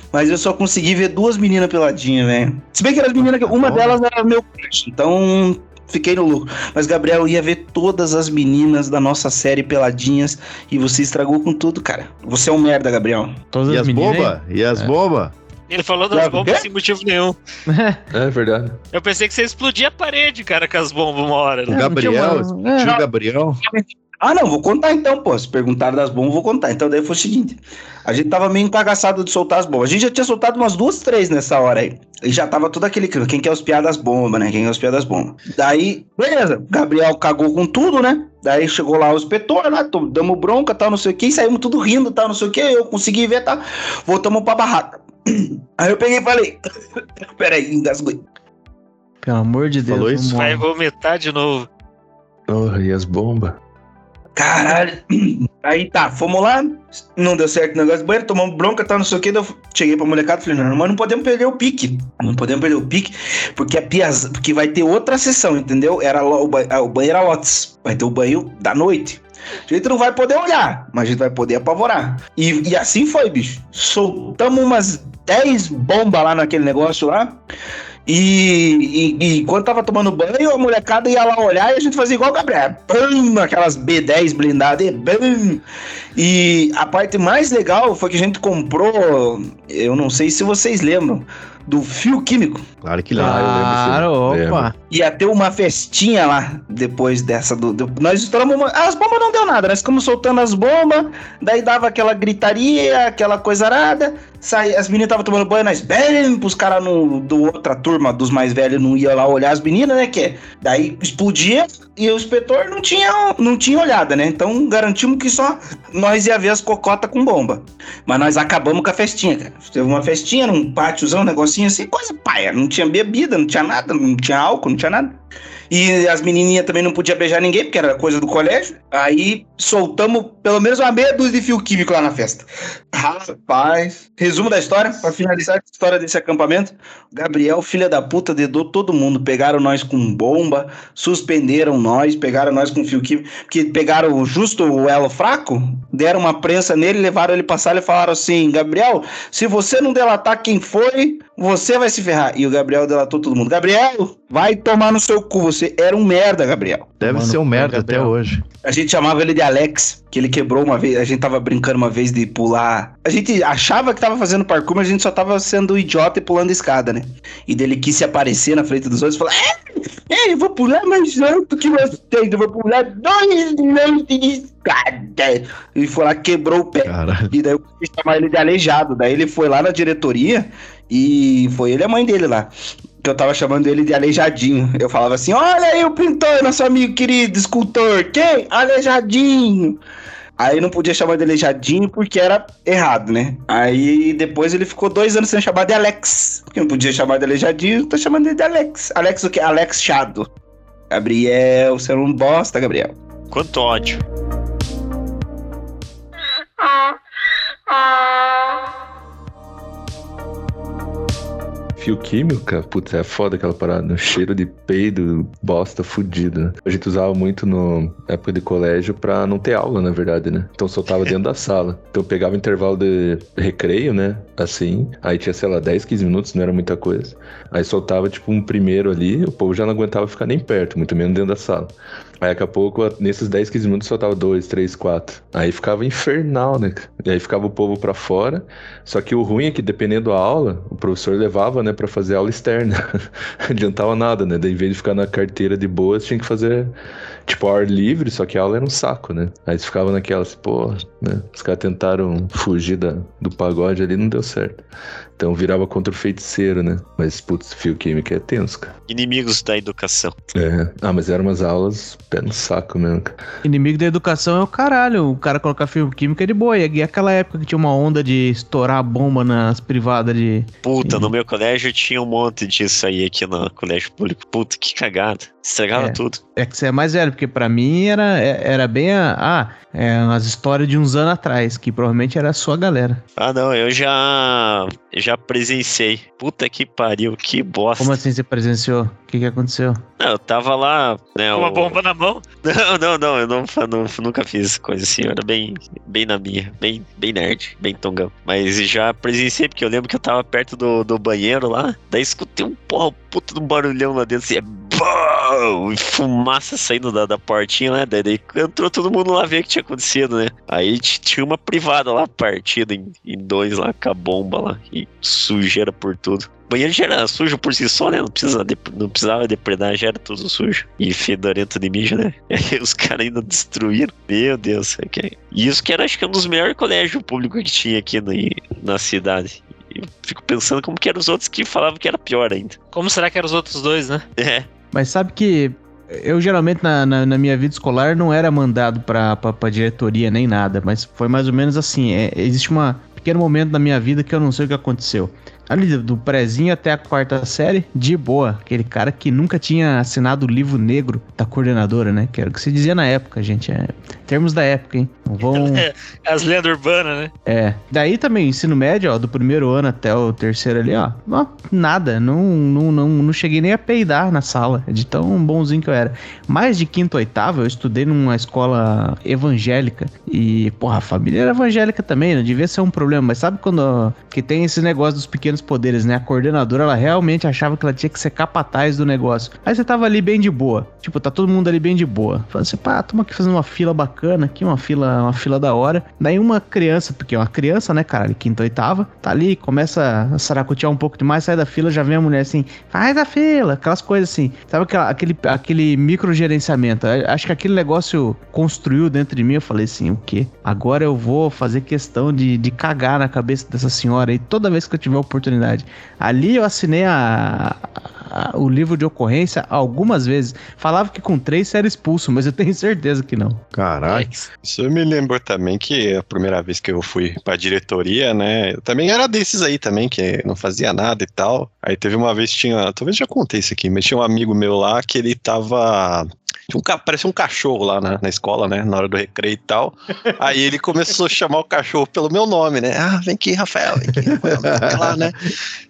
Mas eu só consegui ver duas meninas peladinhas, velho. Se bem que eram as meninas, uma delas era meu crush, então fiquei no lucro. Mas, Gabriel, ia ver todas as meninas da nossa série peladinhas e você estragou com tudo, cara. Você é um merda, Gabriel. Todas E as as meninas, bombas? E as bombas? Ele falou das Já- bombas Quê? sem motivo nenhum. É verdade. Eu pensei que você explodia a parede, cara, com as bombas uma hora. O Né? Gabriel, não tinha uma- tio é. Gabriel. Ah, não, vou contar então, pô. Se perguntaram das bombas, vou contar. Então daí foi o seguinte: a gente tava meio encagaçado de soltar as bombas. A gente já tinha soltado umas duas, três nessa hora aí. E já tava tudo aquele clima. Quem quer os piadas das bombas, né? Quem quer os piadas das bombas. Daí, beleza. Gabriel cagou com tudo, né? Daí chegou lá o inspetor, lá, tô- damos bronca, tal, não sei o que. E saímos tudo rindo, tal, não sei o que. Eu consegui ver, tá? Voltamos pra barraca. Aí eu peguei e falei: peraí, engasguei. Pelo amor de Deus. Falou não isso? morre. Vai vomitar de novo. Oh, e as bombas? Caralho. Aí tá, fomos lá, não deu certo o negócio do banheiro, tomamos bronca, tal, não sei o que. Eu cheguei pra molecada e falei, não, mas não podemos perder o pique. Não podemos perder o pique, porque a piaz... porque vai ter outra sessão, entendeu? Era lo- o, ba... ah, o banheiro era Lotus. Vai ter o banho da noite. A gente não vai poder olhar, mas a gente vai poder apavorar. E, e assim foi, bicho. Soltamos umas dez bombas lá naquele negócio lá. E, e, e quando tava tomando banho, a molecada ia lá olhar e a gente fazia igual o Gabriel. Pum, aquelas B dez blindadas. E, bum. E a parte mais legal foi que a gente comprou, eu não sei se vocês lembram, do fio químico. Claro que lembra. Ah, eu lembro, sim. Claro, Lembro. opa. Ia ter uma festinha lá depois dessa. Do, do- nós estouramos uma. As bombas não deu nada, nós ficamos soltando as bombas, daí dava aquela gritaria, aquela coisa arada. Sai, as meninas estavam tomando banho, nós bem pros caras do outra turma, dos mais velhos, não ia lá olhar as meninas, né? Que daí explodia e o inspetor não tinha, não tinha olhada, né? Então garantimos que só nós ia ver as cocotas com bomba. Mas nós acabamos com a festinha, cara. Teve uma festinha num pátiozão, um negocinho assim, coisa paia. Não tinha bebida, não tinha nada, não tinha álcool, não tinha nada. E as menininhas também não podiam beijar ninguém, porque era coisa do colégio. Aí soltamos pelo menos uma meia dúzia de fio químico lá na festa. Rapaz. Resumo da história, pra finalizar a história desse acampamento. Gabriel, filha da puta, dedou todo mundo. Pegaram nós com bomba, suspenderam nós, pegaram nós com fio químico. Porque pegaram justo o elo fraco, deram uma prensa nele, levaram ele pra sala e falaram assim: Gabriel, se você não delatar quem foi, você vai se ferrar. E o Gabriel delatou todo mundo. Gabriel, vai tomar no seu cu. Você era um merda, Gabriel. Deve Mano, ser um merda Gabriel. até hoje. A gente chamava ele de Alex, que ele quebrou uma vez. A gente tava brincando uma vez de pular. A gente achava que tava fazendo parkour, mas a gente só tava sendo idiota e pulando escada, né? E dele quis se aparecer na frente dos outros e falou: É, é, eu vou pular mais alto que vocês. Eu vou pular dois lances de escada. Ele foi lá, quebrou o pé. Caralho. E daí eu quis chamar ele de aleijado. Daí ele foi lá na diretoria e foi ele e a mãe dele lá. Que eu tava chamando ele de Aleijadinho. Eu falava assim: olha aí o pintor, nosso amigo querido, escultor. Quem? Aleijadinho. Aí não podia chamar de Aleijadinho porque era errado, né? Aí depois ele ficou dois anos sem chamar de Alex. Porque não podia chamar de Aleijadinho, tô chamando ele de Alex. Alex o quê? Alex Chado. Gabriel, você é um bosta, Gabriel. Quanto ódio. Fio químico, cara, putz, é foda aquela parada. Um cheiro de peido, bosta fudido, né? A gente usava muito no época de colégio pra não ter aula, na verdade, né? Então soltava dentro da sala. Então eu pegava intervalo de recreio, né? Assim. Aí tinha, sei lá, dez, quinze minutos, não era muita coisa. Aí soltava, tipo, um primeiro ali, o povo já não aguentava ficar nem perto, muito menos dentro da sala. Aí daqui a pouco, nesses dez, quinze minutos, soltava dois, três, quatro. Aí ficava infernal, né? E aí ficava o povo pra fora. Só que o ruim é que, dependendo da aula, o professor levava, né, pra fazer aula externa. Não adiantava nada, né? Daí, em vez de ficar na carteira de boas, tinha que fazer, tipo, ao ar livre, só que a aula era um saco, né? Aí você ficava naquelas, pô, né? Os caras tentaram fugir da, do pagode ali, não deu certo. Então virava contra o feiticeiro, né? Mas, putz, fio químico é tenso, cara. Inimigos da educação. É. Ah, mas eram umas aulas pé no saco mesmo, cara. Inimigo da educação é o caralho. O cara colocar fio químico é de boa. E aquela época que tinha uma onda de estourar bomba nas privadas de... Puta, Sim. no meu colégio tinha um monte disso aí aqui no colégio público. Puta, que cagada. Estragava É. tudo. É que você é mais velho, porque pra mim era, é- era bem a... Ah, é, as histórias de uns uns anos atrás, que provavelmente era a sua galera. Ah, não, eu já já presenciei. Puta que pariu, que bosta. Como assim você presenciou? O que que aconteceu? Não, eu tava lá, né? Com uma o- bomba na mão. Não, não, não, eu não, fa- não- nunca fiz coisa assim, eu era bem, bem na minha, bem, bem nerd, bem tongão. Mas já presenciei, porque eu lembro que eu tava perto do, do banheiro lá, daí escutei um porra, puta de um barulhão lá dentro, assim, é bom, e fumaça saindo da, da portinha, né? Daí, daí entrou todo mundo lá ver o que tinha acontecido, né? Aí t- tinha uma privada lá, partida em, em dois lá, com a bomba lá, e sujeira por tudo. O banheiro já era sujo por si só, né? Não, precisa dep- não precisava depredar, já era tudo sujo. E fedorento de mijo, né? E aí os caras ainda destruíram. Meu Deus. é que- E isso que era, acho que, um dos melhores colégios públicos que tinha aqui no, na cidade. Eu fico pensando como que eram os outros que falavam que era pior ainda. Como será que eram os outros dois, né? É. Mas sabe que eu geralmente na, na, na minha vida escolar não era mandado pra, pra, pra diretoria nem nada, mas foi mais ou menos assim. É, existe um pequeno momento na minha vida que eu não sei o que aconteceu. Ali do- do prézinho até a quarta série, de boa. Aquele cara que nunca tinha assinado o livro negro da coordenadora, né? Que era o que se dizia na época, gente. É, termos da época, hein? Não vão... As lendas urbanas, né? É. Daí também, ensino médio, ó, do primeiro ano até o terceiro ali, ó. ó nada. Não, não, não, não cheguei nem a peidar na sala, de tão bonzinho que eu era. Mais de quinto, oitavo, eu estudei numa escola evangélica. E, porra, a família era evangélica também, não devia ser um problema. Mas sabe quando ó, que tem esse negócio dos pequenos poderes, né? A coordenadora, ela realmente achava que ela tinha que ser capataz do negócio. Aí você tava ali bem de boa. Tipo, tá todo mundo ali bem de boa. Falando assim, pá, tamo aqui fazendo uma fila bacana aqui, uma fila, uma fila da hora. Daí uma criança, porque é uma criança, né, caralho, quinta, oitava, tá ali, começa a saracotear um pouco demais, sai da fila, já vem a mulher assim, faz a fila, aquelas coisas assim. Sabe aquela, aquele, aquele microgerenciamento? Acho que aquele negócio construiu dentro de mim, eu falei assim, o quê? Agora eu vou fazer questão de, de cagar na cabeça dessa senhora aí, toda vez que eu tiver oportunidade. Ali eu assinei a, a, o livro de ocorrência algumas vezes. Falava que com três você era expulso, mas eu tenho certeza que não. Caralho. Isso me lembrou também que a primeira vez que eu fui pra diretoria, né, eu também era desses aí também, que não fazia nada e tal. Aí teve uma vez, tinha, talvez já contei isso aqui, mas tinha um amigo meu lá que ele tava... Tinha um, ca- parecia um cachorro lá na, na escola, né? Na hora do recreio e tal. Aí ele começou a chamar o cachorro pelo meu nome, né? Ah, vem aqui, Rafael, vem aqui, Rafael, vai lá, né?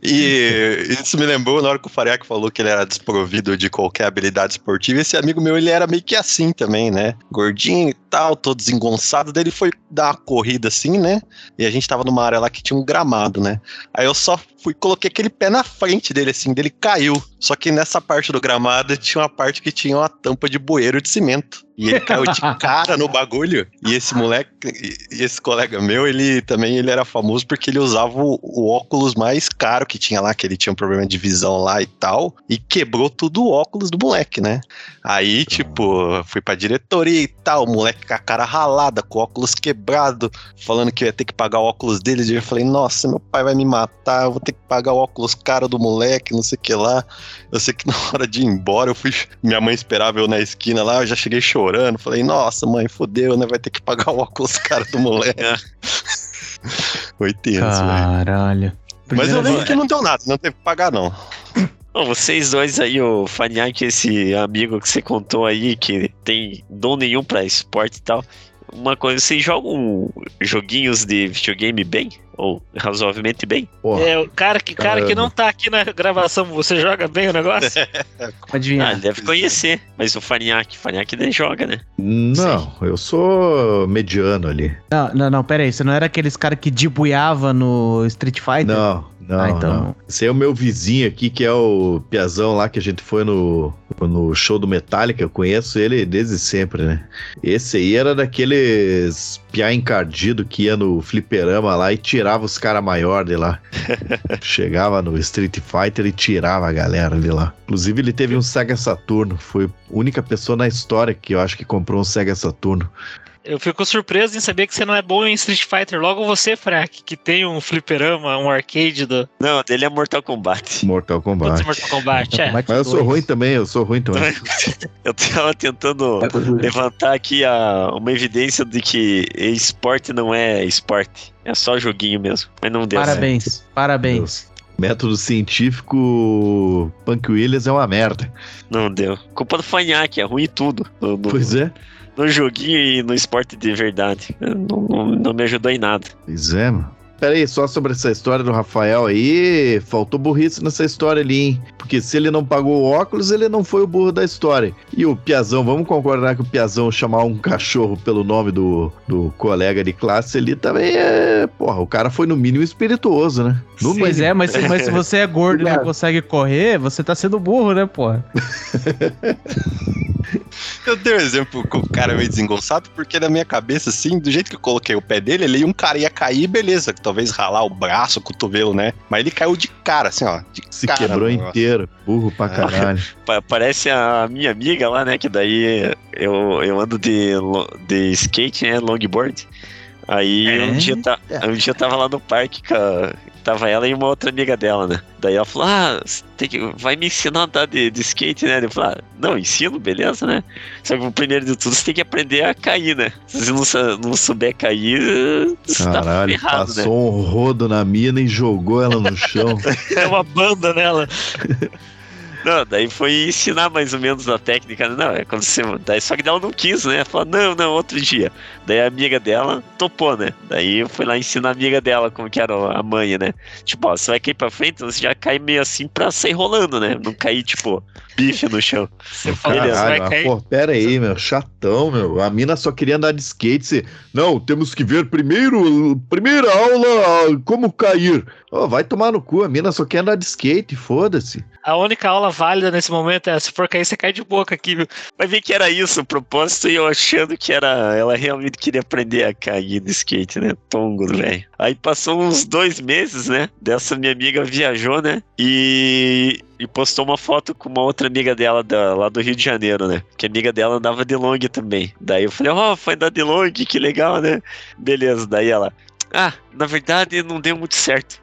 E isso me lembrou na hora que o Fariac falou que ele era desprovido de qualquer habilidade esportiva. Esse amigo meu, ele era meio que assim também, né? Gordinho e tal, todo desengonçado. Daí ele foi dar uma corrida assim, né? E a gente tava numa área lá que tinha um gramado, né? Aí eu só fui, coloquei aquele pé na frente dele, assim, dele caiu. Só que nessa parte do gramado tinha uma parte que tinha uma tampa de bueiro de cimento. E ele caiu de cara no bagulho. E esse moleque, e esse colega meu, ele também ele era famoso porque ele usava o, o óculos mais caro que tinha lá, que ele tinha um problema de visão lá e tal. E quebrou tudo o óculos do moleque, né? Aí, tipo, fui pra diretoria e tal, o moleque com a cara ralada, com o óculos quebrado, falando que eu ia ter que pagar o óculos dele. E eu falei, nossa, meu pai vai me matar, eu vou ter que pagar o óculos caro do moleque, não sei o que lá. Eu sei que na hora de ir embora, eu fui. Minha mãe esperava eu na esquina lá, eu já cheguei chorando. Falei, nossa, mãe, fodeu, né? Vai ter que pagar o óculos caro do moleque. Foi tenso, velho. Caralho. Mas eu Primeira lembro que não deu nada, não teve que pagar, não. Bom, vocês dois aí, o Faniac, esse amigo que você contou aí, que tem dom nenhum pra esporte e tal. Uma coisa, vocês jogam joguinhos de videogame bem? Ou razoavelmente bem? Porra. É, o cara que, cara que não tá aqui na gravação, você joga bem o negócio? Ah, Adivinha. ele deve conhecer. Mas o Faniac, Faniac ele joga, né? Não, eu sou mediano ali. Não, não, não, pera aí. Você não era aqueles cara que dibuiava no Street Fighter? Não, não, Ah, então não. não. Esse é o meu vizinho aqui, que é o Piazão lá, que a gente foi no, no show do Metallica. Eu conheço ele desde sempre, né? Esse aí era daqueles piá encardido que ia no fliperama lá e tirava os caras maiores de lá. Chegava no Street Fighter e tirava a galera de lá. Inclusive ele teve um Sega Saturno. Foi a única pessoa na história que eu acho que comprou um Sega Saturno. Eu fico surpreso em saber que você não é bom em Street Fighter. Logo você, Frack, que tem um fliperama, um arcade do Não, dele é Mortal Kombat. Mortal Kombat. Putz, Mortal Kombat. É. Mas Mas eu sou ruim também, eu sou ruim também. Eu tava tentando levantar aqui a, uma evidência de que esporte não é esporte. É só joguinho mesmo. Mas não deu certo. Parabéns, parabéns. Método científico Punk Williams é uma merda. Não deu. Culpa do Faniac, é ruim em tudo. No, no- Pois é. no joguinho e no esporte de verdade. Não, não, não me ajudou em nada. Pois é, mano. Pera aí, só sobre essa história do Rafael aí, faltou burrice nessa história ali, hein? Porque se ele não pagou o óculos, ele não foi o burro da história. E o Piazão, vamos concordar que o Piazão chamar um cachorro pelo nome do, do colega de classe ali também é... Porra, o cara foi no mínimo espirituoso, né? No Sim, pois mínimo. é, mas, se- mas se você é gordo e não consegue correr, você tá sendo burro, né, porra? Eu dei um exemplo com o cara meio desengonçado, porque na minha cabeça, assim, do jeito que eu coloquei o pé dele, ele, um cara ia cair, beleza, talvez ralar o braço, o cotovelo, né? Mas ele caiu de cara, assim, ó. De Se cara quebrou no negócio. inteiro, burro pra caralho. Pa- Parece a minha amiga lá, né? Que daí eu, eu ando de, lo- de skate, né? Longboard. Aí É? um, dia tá, um dia eu tava lá no parque, ca- tava ela e uma outra amiga dela, né? Daí ela falou, ah, você tem que, vai me ensinar a andar de, de skate, né? Eu falei, ah, não, ensino, beleza, né? Só que o primeiro de tudo você tem que aprender a cair, né? Se você não, sa- não souber cair, você tá Caralho, ferrado, né? passou um rodo na mina e jogou ela no chão. É uma banda nela. Não, daí foi ensinar mais ou menos a técnica. Não, é quando você. Daí, só que ela não quis, né? Ela falou, não, não, outro dia. Daí a amiga dela topou, né? Daí eu fui lá ensinar a amiga dela como que era a manha, né? Tipo, ó, você vai cair pra frente, você já cai meio assim pra sair rolando, né? Não cair, tipo, bife no chão. Você falou, Beleza, você vai Caralho, mas, cair. pô, pera aí, meu, chatão, meu. A mina só queria andar de skate. Você... Não, temos que ver primeiro, primeira aula, como cair. Ó, vai tomar no cu, a mina só quer andar de skate, foda-se. A única aula válida nesse momento é: se for cair, você cai de boca aqui, viu? Vai ver que era isso o propósito e eu achando que era. Ela realmente queria aprender a cair no skate, né? Tongo, velho. Aí passou uns dois meses, né? Dessa minha amiga viajou, né? E. E postou uma foto com uma outra amiga dela da, lá do Rio de Janeiro, né? Que a amiga dela andava de long também. Daí eu falei, ó, oh, foi andar de long, que legal, né? Beleza, daí ela, ah, na verdade não deu muito certo.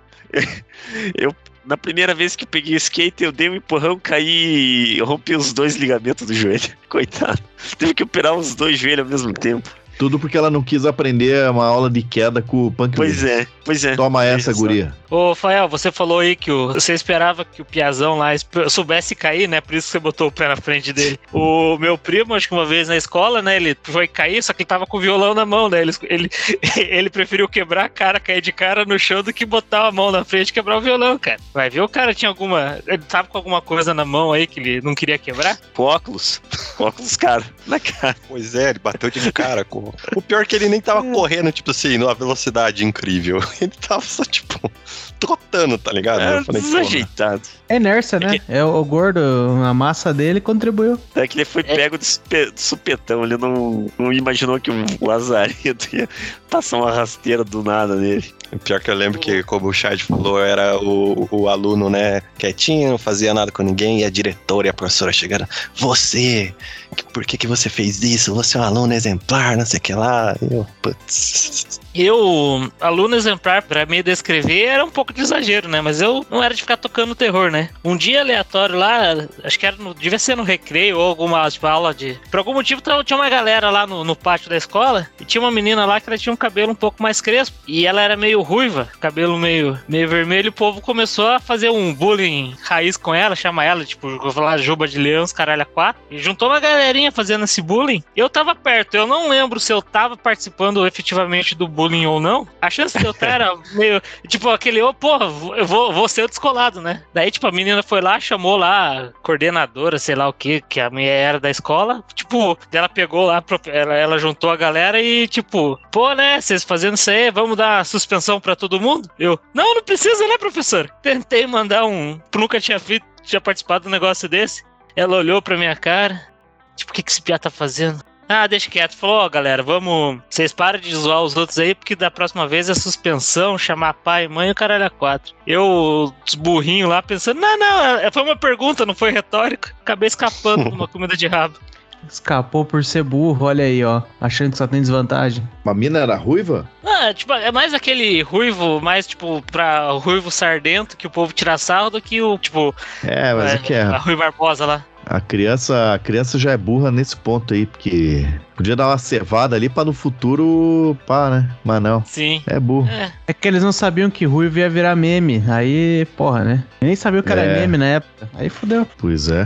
Eu, na primeira vez que eu peguei o skate, eu dei um empurrão, caí e rompi os dois ligamentos do joelho. Coitado. Teve que operar os dois joelhos ao mesmo tempo. Tudo porque ela não quis aprender uma aula de queda com o Punk Pois Williams. é, pois é. Toma essa, Veja só. guria. Ô, Fael, você falou aí que o, você esperava que o Piazão lá esp- soubesse cair, né? Por isso que você botou o pé na frente dele. O meu primo, acho que uma vez na escola, né? Ele foi cair, só que ele tava com o violão na mão, né? Ele, ele, ele preferiu quebrar a cara, cair de cara no chão do que botar a mão na frente e quebrar o violão, cara. Vai ver, o cara tinha alguma... Ele tava com alguma coisa na mão aí que ele não queria quebrar? Com óculos. Com óculos, cara. Na cara. Pois é, ele bateu de cara com... O pior é que ele nem tava correndo, tipo assim, numa velocidade incrível. Ele tava só, tipo, trotando, tá ligado? É, Eu falei, porra. desajeitado. É inércia, né? É o, o gordo, a massa dele contribuiu. É que ele foi pego de, supe- de supetão, ele não, não imaginou que um lazarento ia passar uma rasteira do nada nele. O pior que eu lembro que, como o Chad falou, era o, o aluno, né, quietinho, não fazia nada com ninguém, e a diretora e a professora chegando, você, por que que você fez isso? Você é um aluno exemplar, não sei o que lá. E eu, putz... Eu, aluno exemplar, pra me descrever, era um pouco de exagero, né? Mas eu não era de ficar tocando terror, né? Um dia aleatório lá, acho que era no, devia ser no recreio ou alguma tipo, aula de... Por algum motivo tinha uma galera lá no, no pátio da escola e tinha uma menina lá que ela tinha um cabelo um pouco mais crespo e ela era meio ruiva, cabelo meio, meio vermelho, e o povo começou a fazer um bullying raiz com ela, chama ela, tipo, vou falar juba de leão, os caralho a quatro, e juntou uma galerinha fazendo esse bullying. Eu tava perto, eu não lembro se eu tava participando efetivamente do bullying ou não. A chance de eu estar era meio, tipo, aquele, ô, oh, porra, eu vou, vou ser o descolado, né? Daí, tipo, a menina foi lá, chamou lá a coordenadora, sei lá o que, que a mulher era da escola, tipo, ela pegou lá, ela, ela juntou a galera e, tipo, pô, né, vocês fazendo isso aí, vamos dar suspensão pra todo mundo? Eu, não, não precisa, né, professor? Tentei mandar um, nunca tinha feito, tinha participado de um negócio desse. Ela olhou pra minha cara, tipo, o que que esse piá tá fazendo? Ah, deixa quieto. Falou, ó, galera, vamos... Vocês param de zoar os outros aí, porque da próxima vez é suspensão, chamar pai, mãe e o caralho a quatro. Eu, os burrinhos lá, pensando, não, não, foi uma pergunta, não foi retórica. Acabei escapando de uma comida de rabo. Escapou por ser burro, olha aí, ó. Achando que só tem desvantagem. A mina era ruiva? Ah, tipo, é mais aquele ruivo, mais, tipo, pra ruivo sardento, que o povo tira sarro, do que o, tipo... É, mas é, é que é... A Rui Barbosa lá. A criança, a criança já é burra nesse ponto aí, porque podia dar uma cevada ali pra no futuro, pá, né? Mas não. Sim. É burro. É. É que eles não sabiam que ruivo ia virar meme. Aí, porra, né? Eu nem sabia o que era É. meme na época. Aí fudeu. Pois é.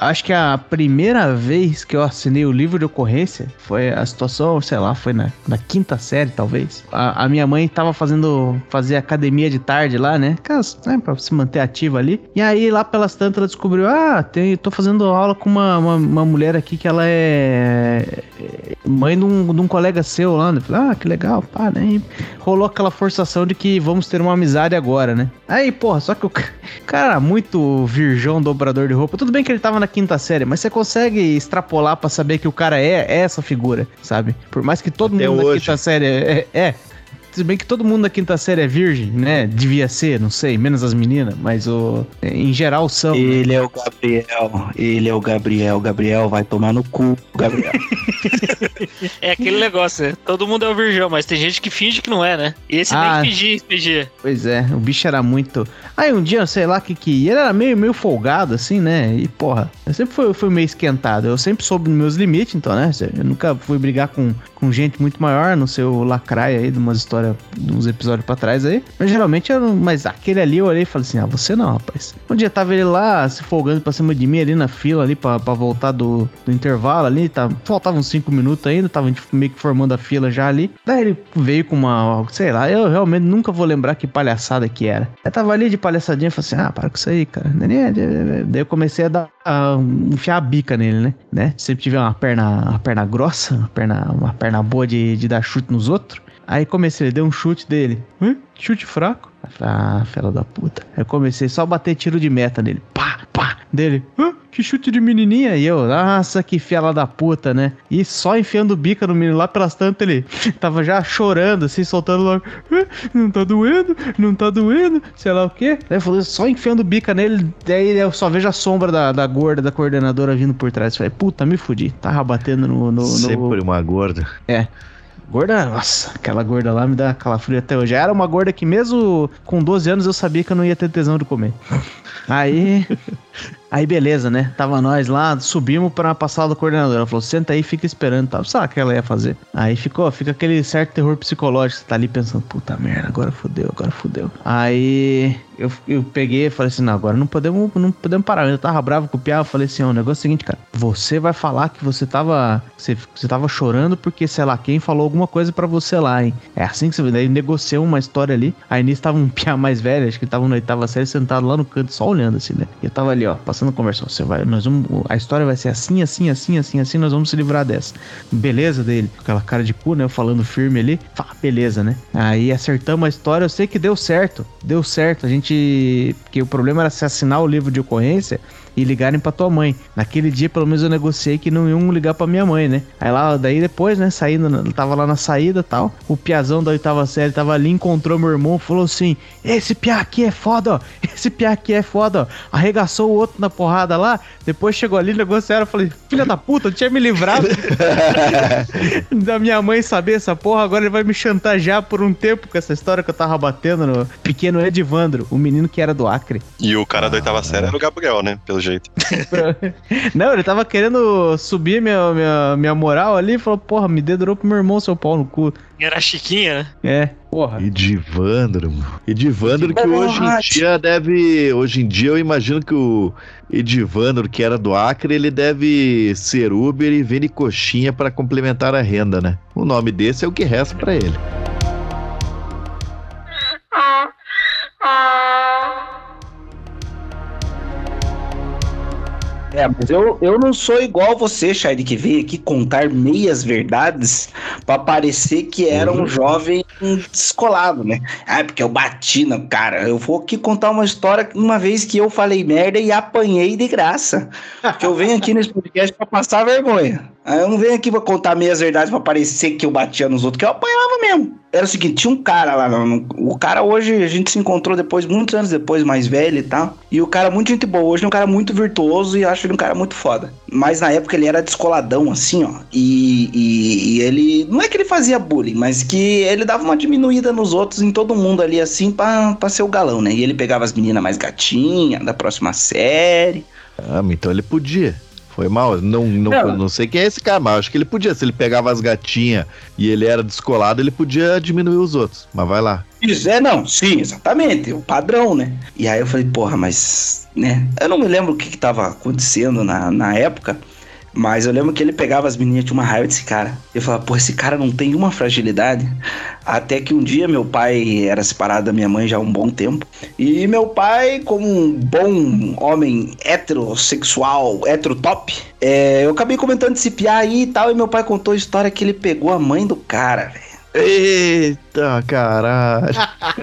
acho que a primeira vez que eu assinei o livro de ocorrência foi a situação, sei lá, foi na, na quinta série, talvez. A, a minha mãe tava fazendo, fazia academia de tarde lá, né? Caso, né, pra se manter ativa ali. E aí, lá pelas tantas, ela descobriu, ah, tem, tô fazendo aula com uma, uma, uma mulher aqui que ela é mãe de um, de um colega seu lá. Eu falei, ah, que legal, pá, né? E rolou aquela forçação de que vamos ter uma amizade agora, né? Aí, porra, só que o cara era muito virgão, dobrador de roupa. Tudo bem que ele tava na quinta série, mas você consegue extrapolar pra saber que o cara é, é essa figura, sabe? Por mais que todo Até mundo hoje. na quinta série é... é tudo bem que todo mundo da quinta série é virgem, né? Devia ser, não sei, menos as meninas, mas o, em geral são. Ele né? é o Gabriel, ele é o Gabriel, Gabriel vai tomar no cu, Gabriel. É aquele negócio, né? Todo mundo é o virgão, mas tem gente que finge que não é, né? E esse Ah. nem fingia, fingia. Pois é, o bicho era muito... Aí um dia, sei lá, que que... Ele era meio, meio folgado, assim, né? E, porra, eu sempre fui, fui meio esquentado. Eu sempre soube dos meus limites, então, né? Eu nunca fui brigar com, com gente muito maior, no seu lacraia aí, de umas histórias, de uns episódios pra trás aí. Mas geralmente era... Mas aquele ali eu olhei e falei assim, ah, você não, rapaz. Um dia tava ele lá, se folgando pra cima de mim, ali na fila, ali, pra, pra voltar do, do intervalo ali. Tá, faltavam cinco minutos ainda, tava meio que formando a fila já ali. Daí ele veio com uma... Sei lá, eu realmente nunca vou lembrar que palhaçada que era. Eu tava ali de palhaçadinha e falei assim, ah, para com isso aí, cara. Daí eu comecei a dar, a enfiar a bica nele, né? né? Sempre tive uma perna, uma perna grossa, uma perna, uma perna boa de, de dar chute nos outros. Aí comecei, ele deu um chute dele. Hã? Chute fraco? Aí eu falei, ah, fela da puta. Aí eu comecei só a bater tiro de meta nele. Pá, pá. Dele, hã? Que chute de menininha. E eu, nossa, que fela da puta, né? E só enfiando bica no menino lá pelas tantas, ele tava já chorando, assim, soltando logo. Não tá doendo, não tá doendo, sei lá o quê. Daí eu falei, só enfiando bica nele. Daí eu só vejo a sombra da, da gorda, da coordenadora vindo por trás. Eu falei, puta, me fudi. Tava batendo no... no, no... Sempre uma gorda. É. Gorda, nossa, aquela gorda lá me dá calafrio até hoje. Era uma gorda que mesmo com doze anos eu sabia que eu não ia ter tesão de comer. Aí, aí beleza, né? Tava nós lá, subimos pra passar da coordenadora. Ela falou, senta aí e fica esperando, tá? Sabe o que ela ia fazer? Aí ficou, fica aquele certo terror psicológico. Você tá ali pensando, puta merda, agora fodeu, agora fodeu. Aí eu, eu peguei e falei assim, não, agora não podemos, não podemos parar. Eu ainda tava bravo com o Piá, eu falei assim, ó, o negócio é o seguinte, cara. Você vai falar que você tava, você, você tava chorando porque, sei lá, quem falou alguma coisa pra você lá, hein? É assim que você... Daí negociou uma história ali. Aí nisso tava um Piá mais velho, acho que ele tava na oitava série, sentado lá no canto, só olhando assim, né? E eu tava ali, ó, passando conversa. Você vai, nós vamos, a história vai ser assim, assim, assim, assim, assim, nós vamos se livrar dessa. Beleza dele, com aquela cara de cu, né? Eu falando firme ali. Fala, beleza, né? Aí acertamos a história, eu sei que deu certo. Deu certo. A gente... Porque o problema era se assinar o livro de ocorrência e ligarem pra tua mãe. Naquele dia, pelo menos, eu negociei que não iam ligar pra minha mãe, né? Aí lá, daí depois, né, saindo, tava lá na saída e tal, o piazão da oitava série tava ali, encontrou meu irmão, falou assim, esse piá aqui é foda, ó, esse piá aqui é foda, ó, arregaçou o outro na porrada lá, depois chegou ali, negociaram, eu falei, filha da puta, eu tinha me livrado da minha mãe saber essa porra, agora ele vai me chantagear por um tempo com essa história que eu tava batendo no pequeno Edivandro, o menino que era do Acre. E o cara da oitava série era o Gabriel, né? Pelo jeito. Não, ele tava querendo subir minha, minha, minha moral ali e falou, porra, me dedurou pro meu irmão, seu pau no cu. Era Chiquinha, né? É, porra. Edivandro, Edivandro que hoje em dia deve... Hoje em dia eu imagino que o Edivandro, que era do Acre, ele deve ser Uber e vende coxinha pra complementar a renda, né? O nome desse é o que resta pra ele. É, mas eu, eu não sou igual você, Shade, que veio aqui contar meias verdades pra parecer que era um jovem descolado, né? Ah, porque eu bati no cara. Eu vou aqui contar uma história uma vez que eu falei merda e apanhei de graça. Porque eu venho aqui nesse podcast pra passar vergonha. Aí eu não venho aqui pra contar meias verdades pra parecer que eu batia nos outros, que eu apanhava mesmo. Era o seguinte, tinha um cara lá, no, o cara hoje, a gente se encontrou depois, muitos anos depois, mais velho e tal, e o cara muito gente boa, hoje é um cara muito virtuoso e acho ele um cara muito foda. Mas na época ele era descoladão, assim, ó, e, e, e ele, não é que ele fazia bullying, mas que ele dava uma diminuída nos outros, em todo mundo ali, assim, pra, pra ser o galão, né, e ele pegava as meninas mais gatinhas, da próxima série. Ah, então ele podia. Foi mal. Não, não, Não. não sei quem é esse cara, mas acho que ele podia. Se ele pegava as gatinhas e ele era descolado, ele podia diminuir os outros. Mas vai lá. Isso, é, não, sim, exatamente, o padrão, né? E aí eu falei, porra, mas, né? Eu não me lembro o que que tava acontecendo na, na época, mas eu lembro que ele pegava as meninas, tinha uma raiva desse cara. Eu falava, pô, esse cara não tem uma fragilidade. Até que um dia meu pai era separado da minha mãe já há um bom tempo. E meu pai, como um bom homem heterossexual, heterotop, é, eu acabei comentando desse piá aí e tal, e meu pai contou a história que ele pegou a mãe do cara, velho. Eita, caralho.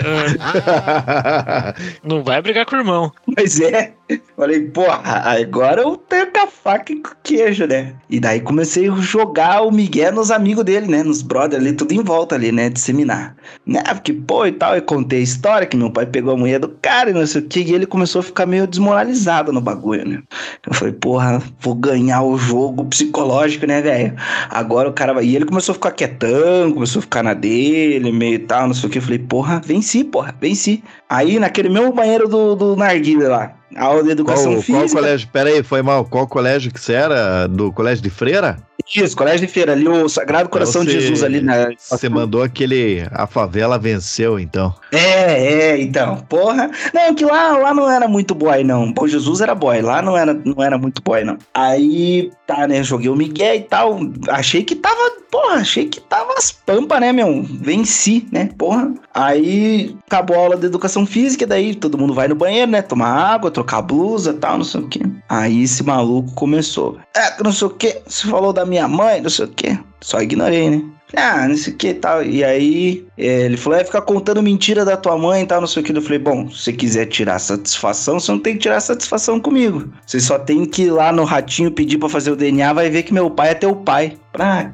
Não vai brigar com o irmão. Mas é, falei, porra, agora eu tenho com a faca e com o queijo, né? E daí comecei a jogar o Miguel nos amigos dele, né? Nos brothers ali, tudo em volta ali, né? Disseminar. Né? Porque, pô, e tal, eu contei a história que meu pai pegou a mulher do cara e não sei o que, e ele começou a ficar meio desmoralizado no bagulho, né? Eu falei, porra, vou ganhar o jogo psicológico, né, velho? Agora o cara vai... E ele começou a ficar quietão, começou a ficar na dele, meio e tal, não sei o que. Eu falei, porra, venci, porra, venci. Aí, naquele mesmo banheiro do, do Narguilha lá, aula de educação Qual, física. qual colégio? Pera aí, foi mal. Qual colégio que você era? Do colégio de freira? Isso, colégio de feira, ali o Sagrado Coração Você- de Jesus ali na... Você mandou aquele... A favela venceu, então. É, é, então, porra. Não, que lá, lá não era muito boy, não. Bom Jesus era boy, lá não era, não era muito boy, não. Aí, tá, né, joguei o Miguel e tal, achei que tava, porra, achei que tava as pampas, né, meu, venci, né, porra. Aí, acabou a aula de educação física, daí todo mundo vai no banheiro, né, tomar água, trocar a blusa e tal, não sei o quê. Aí esse maluco começou. É, que não sei o quê, você falou da minha mãe, não sei o quê. Só ignorei, né. Ah, não sei o que e tal. E aí, é, ele falou, é ficar contando mentira da tua mãe e tal, não sei o que. Eu falei, bom, se você quiser tirar satisfação, você não tem que tirar satisfação comigo. Você só tem que ir lá no ratinho pedir pra fazer o D N A, vai ver que meu pai é teu pai. Pra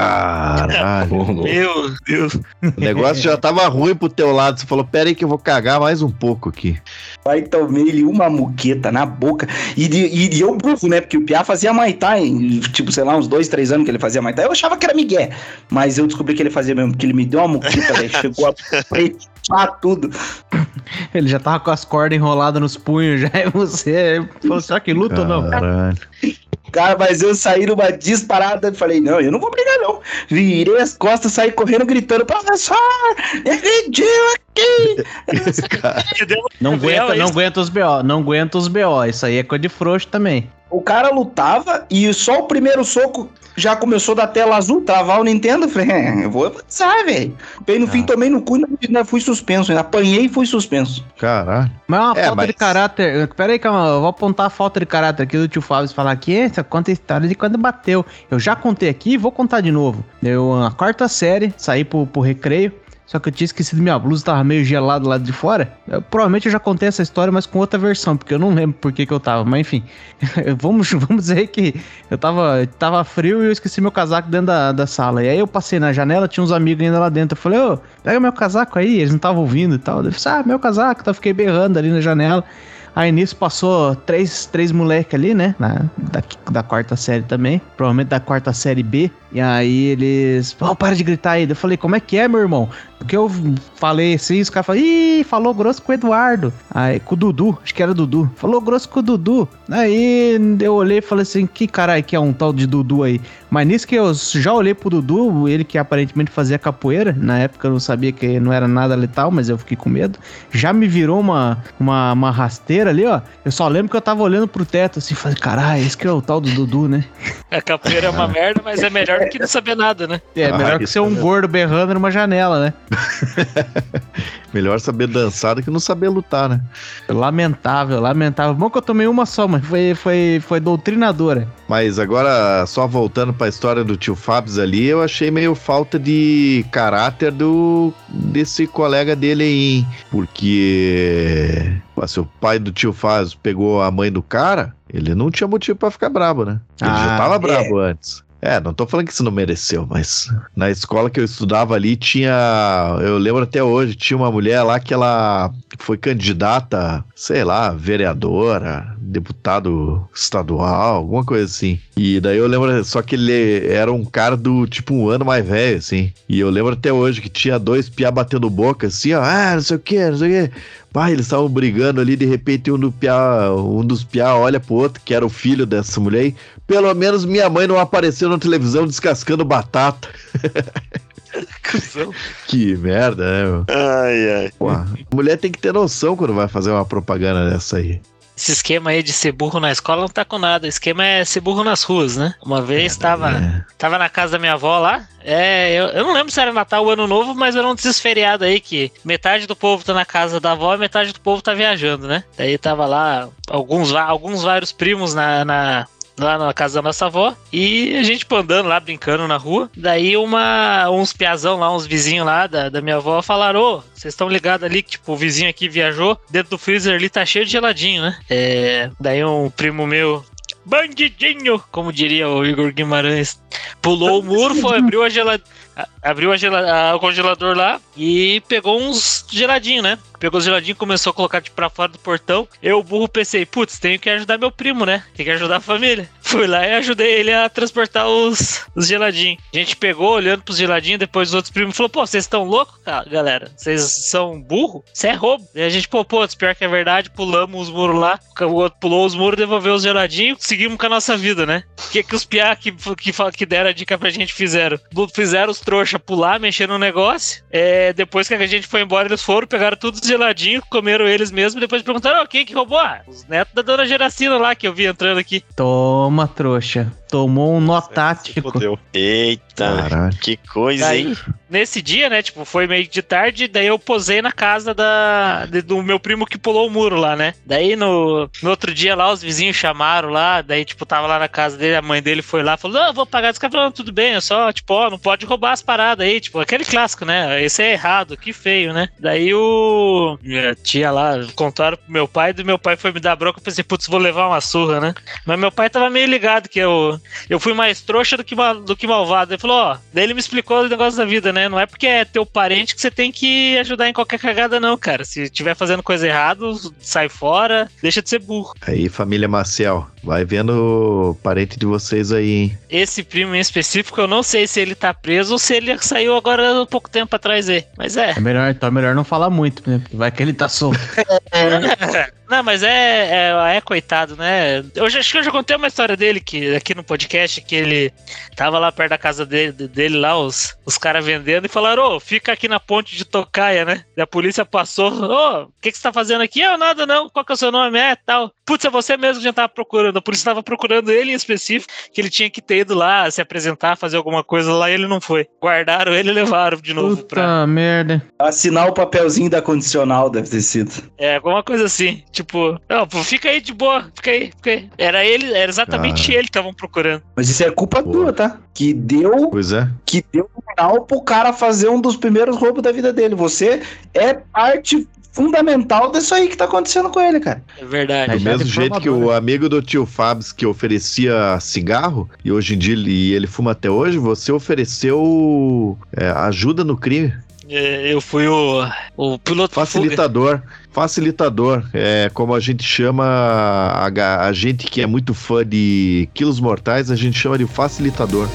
Caralho. Meu Deus. O negócio já tava ruim pro teu lado. Você falou, pera aí que eu vou cagar mais um pouco aqui. Aí tomei ele uma muqueta na boca. E, e, e eu burro, né? Porque o Piá fazia Muay-Thai, tipo, sei lá, uns dois, três anos que ele fazia Muay-Thai. Eu achava que era Miguel. Mas eu descobri que ele fazia mesmo, porque ele me deu uma muqueta, velho. Chegou a pretar tudo. Ele já tava com as cordas enroladas nos punhos já, e você falou, será que luta ou não? Caralho. Cara, mas eu saí numa disparada e falei, não, eu não vou brigar, não. Virei as costas, saí correndo, gritando, professor, agrediu aqui. Não aguenta, não isso. aguenta os B O, não aguenta os B O. Isso aí é coisa de frouxo também. O cara lutava e só o primeiro soco já começou da tela azul, travar o Nintendo. Eu falei, é, eu vou avançar, velho. Bem no Ah. fim, tomei no cu e ainda fui suspenso. Ainda apanhei e fui suspenso. Caralho. Mas é uma É, falta mas- de caráter. Pera aí, calma, eu vou apontar a falta de caráter aqui do tio Fábio e falar aqui, essa conta a história de quando bateu. Eu já contei aqui e vou contar de novo. Eu, na quarta série, saí pro, pro recreio. Só que eu tinha esquecido minha blusa, tava meio gelado lá de fora. Eu, provavelmente eu já contei essa história, mas com outra versão, porque eu não lembro por que que eu tava. Mas enfim, vamos, vamos dizer que eu tava, tava frio e eu esqueci meu casaco dentro da, da sala. E aí eu passei na janela, tinha uns amigos ainda lá dentro. Eu falei, ô, pega meu casaco aí, eles não estavam ouvindo e tal. Eu falei, ah, meu casaco, então eu fiquei berrando ali na janela. Aí nisso passou três, três moleques ali, né? Na, da, da quarta série também. Provavelmente da quarta série B. E aí eles... Ó, oh, para de gritar aí. Eu falei, como é que é, meu irmão? Porque eu falei assim, os caras falaram, ih, falou grosso com o Eduardo. Aí, com o Dudu, acho que era Dudu. Falou grosso com o Dudu. Aí eu olhei e falei assim, que caralho que é um tal de Dudu aí? Mas nisso que eu já olhei pro Dudu, ele que aparentemente fazia capoeira. Na época eu não sabia que não era nada letal, mas eu fiquei com medo. Já me virou uma, uma, uma rasteira ali, ó. Eu só lembro que eu tava olhando pro teto assim, falei, caralho, esse que é o tal do Dudu, né? A capoeira é uma merda, mas é melhor do que não saber nada, né? É, Ah, melhor que isso ser um mesmo. gordo berrando numa janela, né? Melhor saber dançar do que não saber lutar, né? Lamentável, lamentável. Bom que eu tomei uma só, mas foi, foi, foi doutrinadora. Mas agora, só voltando pra história do tio Fábio ali, eu achei meio falta de caráter do desse colega dele aí, hein? Porque pô, se o pai do tio Fábio pegou a mãe do cara, ele não tinha motivo pra ficar bravo, né? Ele Ah, já tava é. bravo antes. É, não tô falando que isso não mereceu, mas na escola que eu estudava ali tinha, eu lembro até hoje, tinha uma mulher lá que ela foi candidata, sei lá, vereadora, deputado estadual, alguma coisa assim. E daí eu lembro, só que ele era um cara do tipo um ano mais velho, assim. E eu lembro até hoje que tinha dois piá batendo boca, assim, ó, ah, não sei o que, não sei o que. Pai, eles estavam brigando ali, de repente um, do piá, um dos piá olha pro outro, que era o filho dessa mulher, e Pelo menos minha mãe não apareceu na televisão descascando batata. Que merda, né, meu? Ai, ai. Pô, a mulher tem que ter noção quando vai fazer uma propaganda dessa aí. Esse esquema aí de ser burro na escola não tá com nada. O esquema é ser burro nas ruas, né? Uma vez tava, é. tava na casa da minha avó lá. É, eu, eu não lembro se era Natal ou Ano Novo, mas era um desses feriados aí que metade do povo tá na casa da avó e metade do povo tá viajando, né? Daí tava lá alguns, alguns vários primos na... na lá na casa da nossa avó, e a gente andando lá, brincando na rua. Daí uma, uns piazão lá, uns vizinhos lá da, da minha avó falaram: ô, vocês estão ligados ali que tipo, o vizinho aqui viajou, dentro do freezer ali tá cheio de geladinho, né? É, daí um primo meu, bandidinho, como diria o Igor Guimarães, pulou o muro, foi, abriu a geladeira, abriu a gela, a, o congelador lá e pegou uns geladinhos, né? Pegou os geladinhos, começou a colocar tipo, pra fora do portão. Eu, burro, pensei, putz, tenho que ajudar meu primo, né? Tem que ajudar a família. Fui lá e ajudei ele a transportar os, os geladinhos. A gente pegou, olhando pros geladinhos, depois os outros primos falou: pô, vocês estão loucos, galera? Vocês são burro? Isso é roubo. E a gente, pô, pô, pior que é verdade, pulamos os muros lá, o outro pulou os muros, devolveu os geladinhos, seguimos com a nossa vida, né? O que que os piá que, que, que deram a dica pra gente fizeram? Fizeram os trouxa pular, mexer no negócio. É, depois que a gente foi embora, eles foram, pegaram tudo os geladinhos, comeram eles mesmos, depois perguntaram: oh, quem que roubou? Ah, os netos da dona Geracina lá, que eu vi entrando aqui. Toma, trouxa. Tomou um nó tático. Eita, caralho, que coisa, Daí, hein? Nesse dia, né, tipo, foi meio de tarde, daí eu posei na casa da, de, do meu primo que pulou o muro lá, né? Daí no, no outro dia lá, os vizinhos chamaram lá, daí, tipo, tava lá na casa dele, a mãe dele foi lá, falou: não, eu vou pagar. Os caras falaram: tudo bem, é só, tipo, ó, não pode roubar as paradas aí, tipo, aquele clássico, né? Esse é errado, que feio, né? Daí o... minha tia lá, contaram pro meu pai, do meu pai foi me dar bronca, eu pensei, putz, vou levar uma surra, né? Mas meu pai tava meio ligado que eu, eu fui mais trouxa do que, mal, do que malvado. Ele falou: ó, daí ele me explicou o negócio da vida, né? Não é porque é teu parente que você tem que ajudar em qualquer cagada, não, cara. Se tiver fazendo coisa errada, sai fora, deixa de ser burro. Aí, família Maciel, vai vendo o parente de vocês aí, hein? Esse primo em específico, eu não sei se ele tá preso ou se ele saiu agora há pouco tempo atrás aí. Mas é. É melhor, então é melhor não falar muito, né? Porque vai que ele tá solto. Não, mas é, é, é coitado, né? Eu já, acho que eu já contei uma história dele que, aqui no podcast, que ele tava lá perto da casa dele, dele lá, os, os caras vendendo, e falaram: ô, fica aqui na ponte de Tocaia, né? E a polícia passou: ô, o que, que você tá fazendo aqui? Eu, nada não, qual que é o seu nome? É, tal. Putz, é você mesmo que já tava procurando. A polícia tava procurando ele em específico, que ele tinha que ter ido lá, se apresentar, fazer alguma coisa lá, e ele não foi. Guardaram ele e levaram de novo. Puta pra... merda. Assinar o papelzinho da condicional deve ter sido. É, alguma coisa assim. Tipo, não, pô, fica aí de boa, fica aí, fica aí. Era ele, era exatamente Cara. ele que estavam procurando. Mas isso é culpa Pô. tua, tá? Que deu, Pois é. que deu moral pro cara fazer um dos primeiros roubos da vida dele. Você é parte fundamental disso aí que tá acontecendo com ele, cara. É verdade. Do Mas já mesmo de jeito que formador, o amigo do tio Fábio que oferecia cigarro, e hoje em dia ele, ele fuma até hoje, você ofereceu é, ajuda no crime. É, eu fui o, o piloto Facilitador. Facilitador. É como a gente chama a, a, a gente que é muito fã de Quilos Mortais, a gente chama de facilitador.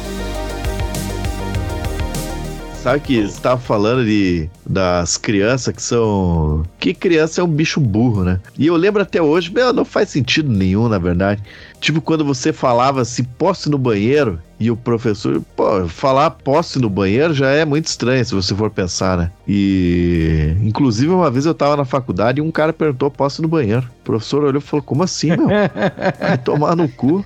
Sabe que você tava falando de, das crianças que são... Que criança é um bicho burro, né? E eu lembro até hoje, meu, não faz sentido nenhum, na verdade. Tipo, quando você falava assim, posse no banheiro, e o professor... Pô, falar posse no banheiro já é muito estranho, se você for pensar, né? E... Inclusive, uma vez eu tava na faculdade e um cara perguntou posse no banheiro. O professor olhou e falou: como assim, meu? Vai tomar no cu.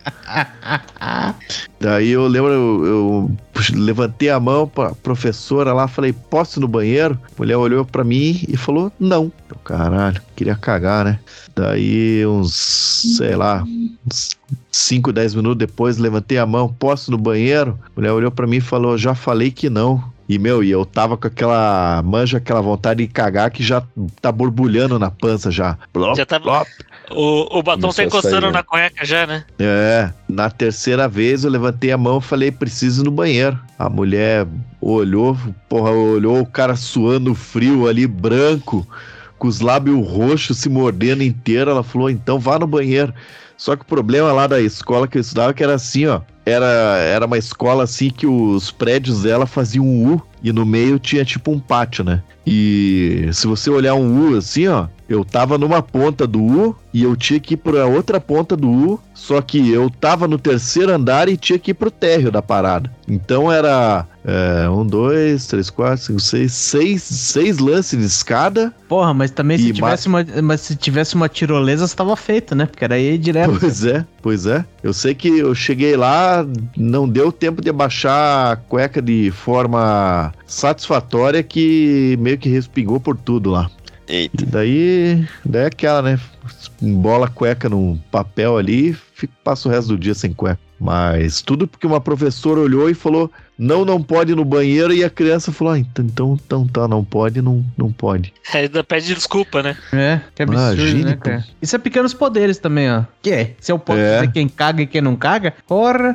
Daí eu lembro, eu, eu levantei a mão pra professora lá, falei: posse no banheiro? A mulher olhou pra mim e falou: não. Eu, caralho, queria cagar, né? Daí uns, sei lá, uns cinco, dez minutos depois, levantei a mão: posso no banheiro? A mulher olhou pra mim e falou: já falei que não. E, meu, e eu tava com aquela, manja, aquela vontade de cagar que já tá borbulhando na pança já. Blop, Já tava- blop. O, o batom Começou tá a encostando sair, né? na cueca já, né? É, na terceira vez eu levantei a mão e falei: preciso ir no banheiro. A mulher olhou, porra, olhou o cara suando frio ali, branco, com os lábios roxos, se mordendo inteiro. Ela falou: então vá no banheiro. Só que o problema lá da escola que eu estudava que era assim, ó. Era, era uma escola assim que os prédios dela faziam um U e no meio tinha tipo um pátio, né? E se você olhar um U assim, ó, eu tava numa ponta do U e eu tinha que ir pra outra ponta do U, só que eu tava no terceiro andar e tinha que ir pro térreo da parada. Então era é, um, dois, três, quatro, cinco, seis, seis, seis lances de escada. Porra, mas também se E tivesse, uma, mas se tivesse uma tirolesa, você tava feito, né? Porque era aí direto. Pois é, pois é. Eu sei que eu cheguei lá, não deu tempo de abaixar a cueca de forma satisfatória que meio que respingou por tudo lá. Eita. E daí, daí é aquela, né? Embola a cueca num papel ali, fica, passa o resto do dia sem cueca. Mas tudo porque uma professora olhou e falou, não, não pode ir no banheiro, e a criança falou, ah, então, então, então tá, não pode, não, não pode. Ainda pede desculpa, né? É, que absurdo, Imagine, né, cara? Isso é pequenos poderes também, ó. Que é? Se eu posso É. dizer quem caga e quem não caga, porra.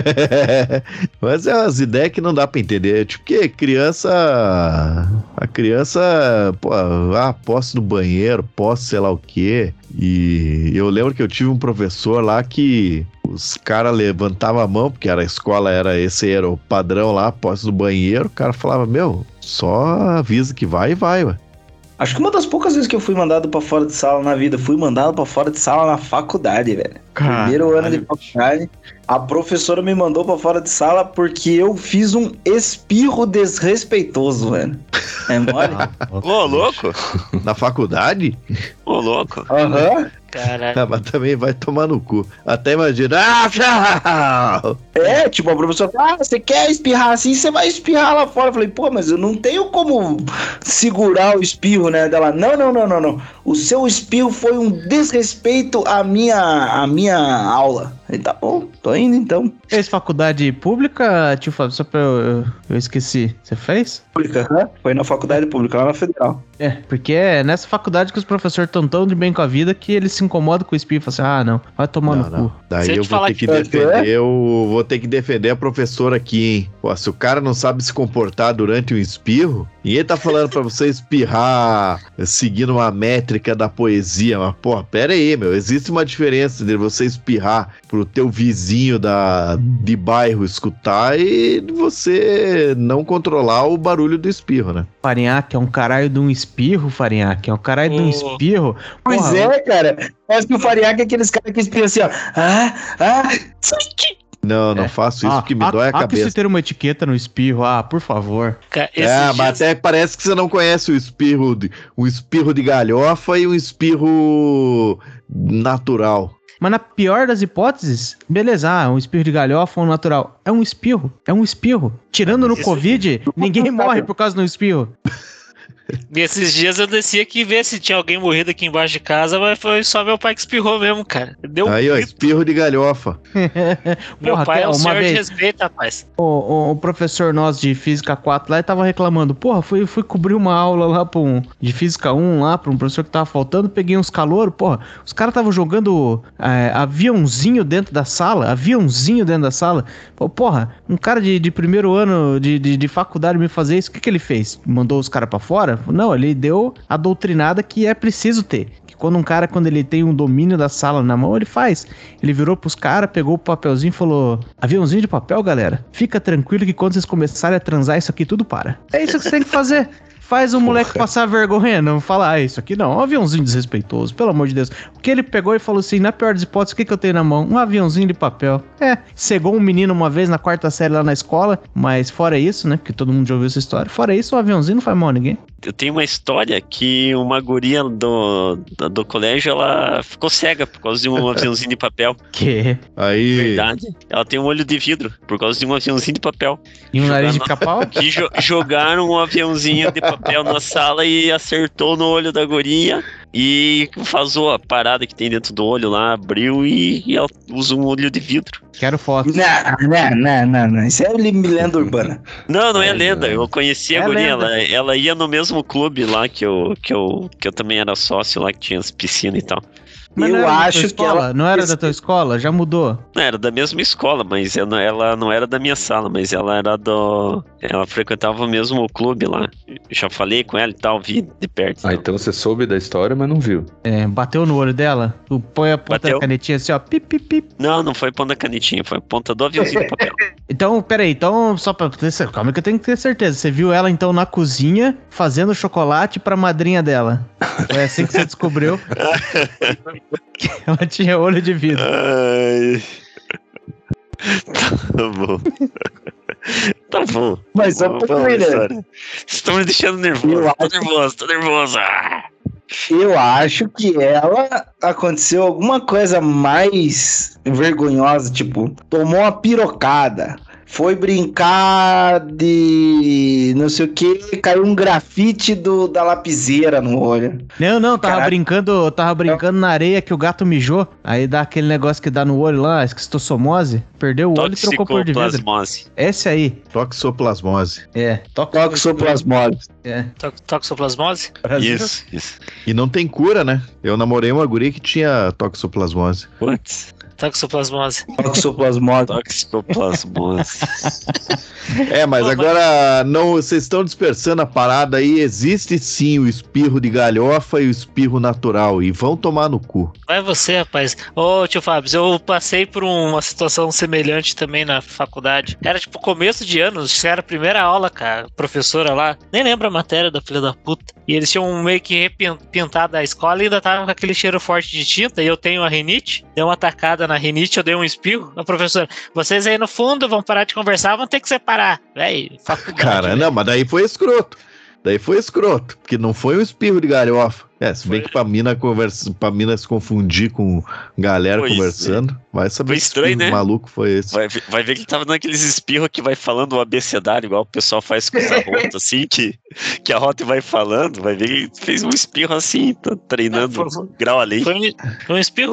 Mas é umas ideias que não dá pra entender. Tipo, que criança... A criança, pô, ah, posse no banheiro, posse sei lá o quê. E eu lembro que eu tive um professor lá que os caras levantavam a mão, porque era a escola, era esse era o padrão lá, posse no banheiro. O cara falava, meu, só avisa que vai e vai, ué. Acho que uma das poucas vezes que eu fui mandado pra fora de sala na vida, fui mandado pra fora de sala na faculdade, velho. Primeiro ano de faculdade, a professora me mandou pra fora de sala porque eu fiz um espirro desrespeitoso, velho. É mole? Ô, louco. Na faculdade? Ô, louco. Aham. Caralho. Ah, mas também vai tomar no cu. Até imagina. Ah, tchau! É, tipo, a professora fala, ah, você quer espirrar assim, você vai espirrar lá fora. Eu falei, pô, mas eu não tenho como segurar o espirro, né? Dela, não, não, não, não, não. O seu espirro foi um desrespeito à minha, à minha aula. Aí tá bom, tô indo então. Fez faculdade pública, tio Fábio? Só pra eu, eu, eu esqueci. Você fez? Pública, né? Foi na faculdade pública, lá na Federal. É, porque é nessa faculdade que os professores estão tão de bem com a vida que eles se incomodam com o espirro e falam assim, ah, não, vai tomar Não, no não. cu. Daí Se eu eu te vou falar ter que que- defender, eu vou ter que defender a professora aqui, hein? Pô, se o cara não sabe se comportar durante um espirro, e ele tá falando pra você espirrar seguindo uma métrica da poesia, mas, pô, pera aí, meu, existe uma diferença de você espirrar pro teu vizinho da, de bairro escutar e você não controlar o barulho do espirro, né? Farinhaque é um caralho de um espirro, Farinhaque, é um caralho de um Ô. espirro. Pois Porra, é, cara. Parece que o Fariac é aqueles caras que espirram assim, ó. Ah, ah. Não, não É. faço isso ah, porque me ah, dói a ah, que cabeça. se ter uma etiqueta no espirro, ah, por favor. Cara, esses É, dias- mas até parece que você não conhece o espirro, de, um espirro de galhofa e um espirro natural. Mas na pior das hipóteses, beleza, ah, um espirro de galhofa ou um natural. É um espirro, é um espirro. Tirando no Isso- Covid, ninguém morre por causa do espirro. Nesses dias eu desci aqui ver se tinha alguém morrido aqui embaixo de casa, mas foi só meu pai que espirrou mesmo, cara. Deu um Aí, ó, grito. espirro de galhofa. Meu Porra, pai é um uma senhor de vez- respeito, rapaz. O, o- o professor nosso de Física quatro lá ele tava reclamando. Porra, fui, fui cobrir uma aula lá pra um, de Física um lá pra um professor que tava faltando. Peguei uns calor. Porra, os caras estavam jogando é, aviãozinho dentro da sala. Aviãozinho dentro da sala. Pô, porra, um cara de, de primeiro ano de, de, de faculdade me fazer isso. O que, que ele fez? Mandou os caras pra fora? Não, ele deu a doutrinada que é preciso ter. Quando um cara, quando ele tem um domínio da sala na mão, ele faz. Ele virou pros caras, pegou o papelzinho e falou: aviãozinho de papel, galera. Fica tranquilo que quando vocês começarem a transar, isso aqui tudo para. É isso que você tem que fazer. Faz o moleque passar vergonha, não falar, ah, isso aqui não, um aviãozinho desrespeitoso, pelo amor de Deus. O que ele pegou e falou assim, na pior das hipóteses, o que, que eu tenho na mão? Um aviãozinho de papel. É, cegou um menino uma vez na quarta série lá na escola, mas fora isso, né, porque todo mundo já ouviu essa história, fora isso, um aviãozinho não faz mal a ninguém. Eu tenho uma história que uma guria do, do, do colégio, ela ficou cega por causa de um aviãozinho de papel. Que? Aí, Verdade. Ela tem um olho de vidro por causa de um aviãozinho de papel. E um Jogar nariz de no- pica-pau? Que jo- jogaram um aviãozinho de papel na sala e acertou no olho da guria e vazou a parada que tem dentro do olho lá, abriu e, e ela usa um olho de vidro. Quero foto. Não, não, não, não, não. Isso é lenda urbana. Não, não é, É, lenda. não. Eu conheci a É guria. lenda. Ela, ela ia no mesmo clube lá que eu, que, eu, que eu também era sócio lá, que tinha as piscinas e tal. Mas não Eu era da tua acho que escola? ela- Não era da tua escola? Já mudou? Não, era da mesma escola, mas eu não- ela não era da minha sala, mas ela era do... Ela frequentava o mesmo clube lá. Eu já falei com ela e tal, vi de perto. Ah, então. então você soube da história, mas não viu. É, bateu no olho dela? Tu põe a ponta Bateu. da canetinha assim, ó, pip, pip, pip. Não, não foi ponta canetinha, foi ponta do aviãozinho de papel. Então, peraí, então, só pra ter certeza, calma que eu tenho que ter certeza. Você viu ela, então, na cozinha, fazendo chocolate pra madrinha dela. Foi assim que você descobriu que ela tinha olho de vidro. Ai... Tá bom. Tá bom. Mas só Vamos pra pra ver, né? história. Vocês estão me deixando nervoso. Eu Tô acho- nervoso, tô nervoso. Ah! Eu acho que ela aconteceu alguma coisa mais vergonhosa, tipo, tomou uma pirocada, foi brincar de não sei o que, caiu um grafite do, da lapiseira no olho. Não, não, tava Caraca. brincando, tava brincando na areia que o gato mijou. Aí dá aquele negócio que dá no olho lá, esquistossomose. Perdeu o olho e trocou por de vidro. Toxicoplasmose. Esse aí. Toxoplasmose. É. Toxoplasmose. É. To- Toxoplasmose? Isso, isso. E não tem cura, né? Eu namorei uma guria que tinha toxoplasmose. Putz. Toxoplasmose. Toxoplasmose. Toxoplasmose. É, mas Pô, mas- agora não, vocês estão dispersando a parada aí. Existe sim o espirro de galhofa e o espirro natural. E vão tomar no cu. Vai você, rapaz. Ô, tio Fábio, eu passei por uma situação semelhante também na faculdade. Era tipo começo de ano, acho que era a primeira aula, cara. Professora lá, nem lembro a matéria da filha da puta. E eles tinham meio que repintado a escola e ainda tava com aquele cheiro forte de tinta. E eu tenho a rinite, deu uma tacada na rinite, eu dei um espirro. A professora, vocês aí no fundo vão parar de conversar, vão ter que separar. Véi, faculdade. Cara, velho. não, mas daí foi escroto. Daí foi escroto. Porque não foi um espirro de galhofa. É, se bem Foi. que pra mina, conversa, pra mina se confundir com galera Pois conversando, vai saber Foi que estranho, espirro né? maluco foi esse. Vai, ver- vai ver que ele tava naqueles espirros que vai falando o abecedário, igual o pessoal faz com essa rota, assim, que, que a rota vai falando. Vai ver que ele fez um espirro assim, tá treinando É, foi- grau além. Foi um, foi um espirro.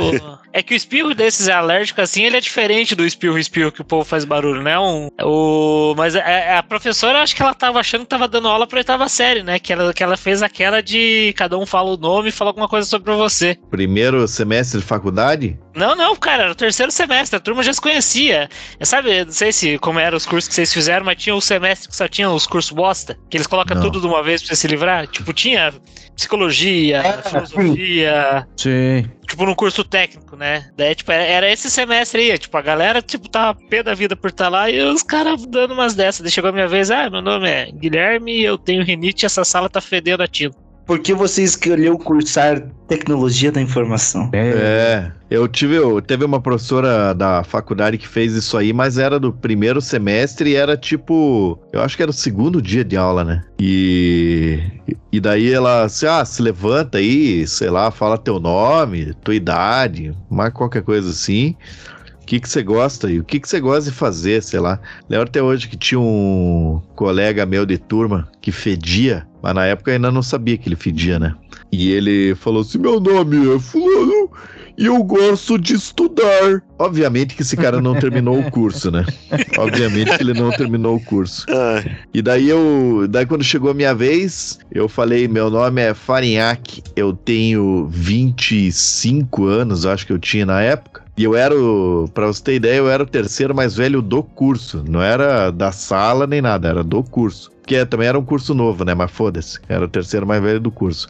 É que o espirro desses alérgicos, assim, ele é diferente do espirro-espirro que o povo faz barulho, né? Um, o, mas a, a professora, acho que ela tava achando que tava dando aula pra oitava série, né? Que ela, que ela fez aquela de cada um fala o nome e fala alguma coisa sobre você. Primeiro semestre de faculdade? Não, não, cara, era o terceiro semestre, a turma já se conhecia. Eu sabe, não sei se como eram os cursos que vocês fizeram, mas tinha o semestre que só tinha os cursos bosta, que eles colocam Não. tudo de uma vez pra você se livrar. Tipo, tinha psicologia, Ah, filosofia. Sim. Tipo, num curso técnico, né? Daí, tipo, era- era esse semestre aí. Tipo, a galera, tipo, tava pé da vida por estar lá e os caras dando umas dessas. Daí chegou a minha vez, ah, meu nome é Guilherme, eu tenho rinite e essa sala tá fedendo a tinta. Por que você escolheu cursar tecnologia da informação? É, eu tive, eu, teve uma professora da faculdade que fez isso aí, mas era do primeiro semestre e era tipo, eu acho que era o segundo dia de aula, né? E, e daí ela, assim, ah, se levanta aí, sei lá, fala teu nome, tua idade, mais qualquer coisa assim. O que que você gosta e o que que você gosta de fazer, sei lá. Lembro até hoje que tinha um colega meu de turma que fedia, mas na época eu ainda não sabia que ele fedia, né? E ele falou assim, meu nome é fulano e eu gosto de estudar. Obviamente que esse cara não terminou o curso, né? Obviamente que ele não terminou o curso. Ah, E daí eu, daí quando chegou a minha vez, eu falei, meu nome é Farinhaque, eu tenho vinte e cinco anos, acho que eu tinha na época. E eu era, o, pra você ter ideia, eu era o terceiro mais velho do curso. Não era da sala nem nada, era do curso. Porque também era um curso novo, né? Mas foda-se, era o terceiro mais velho do curso.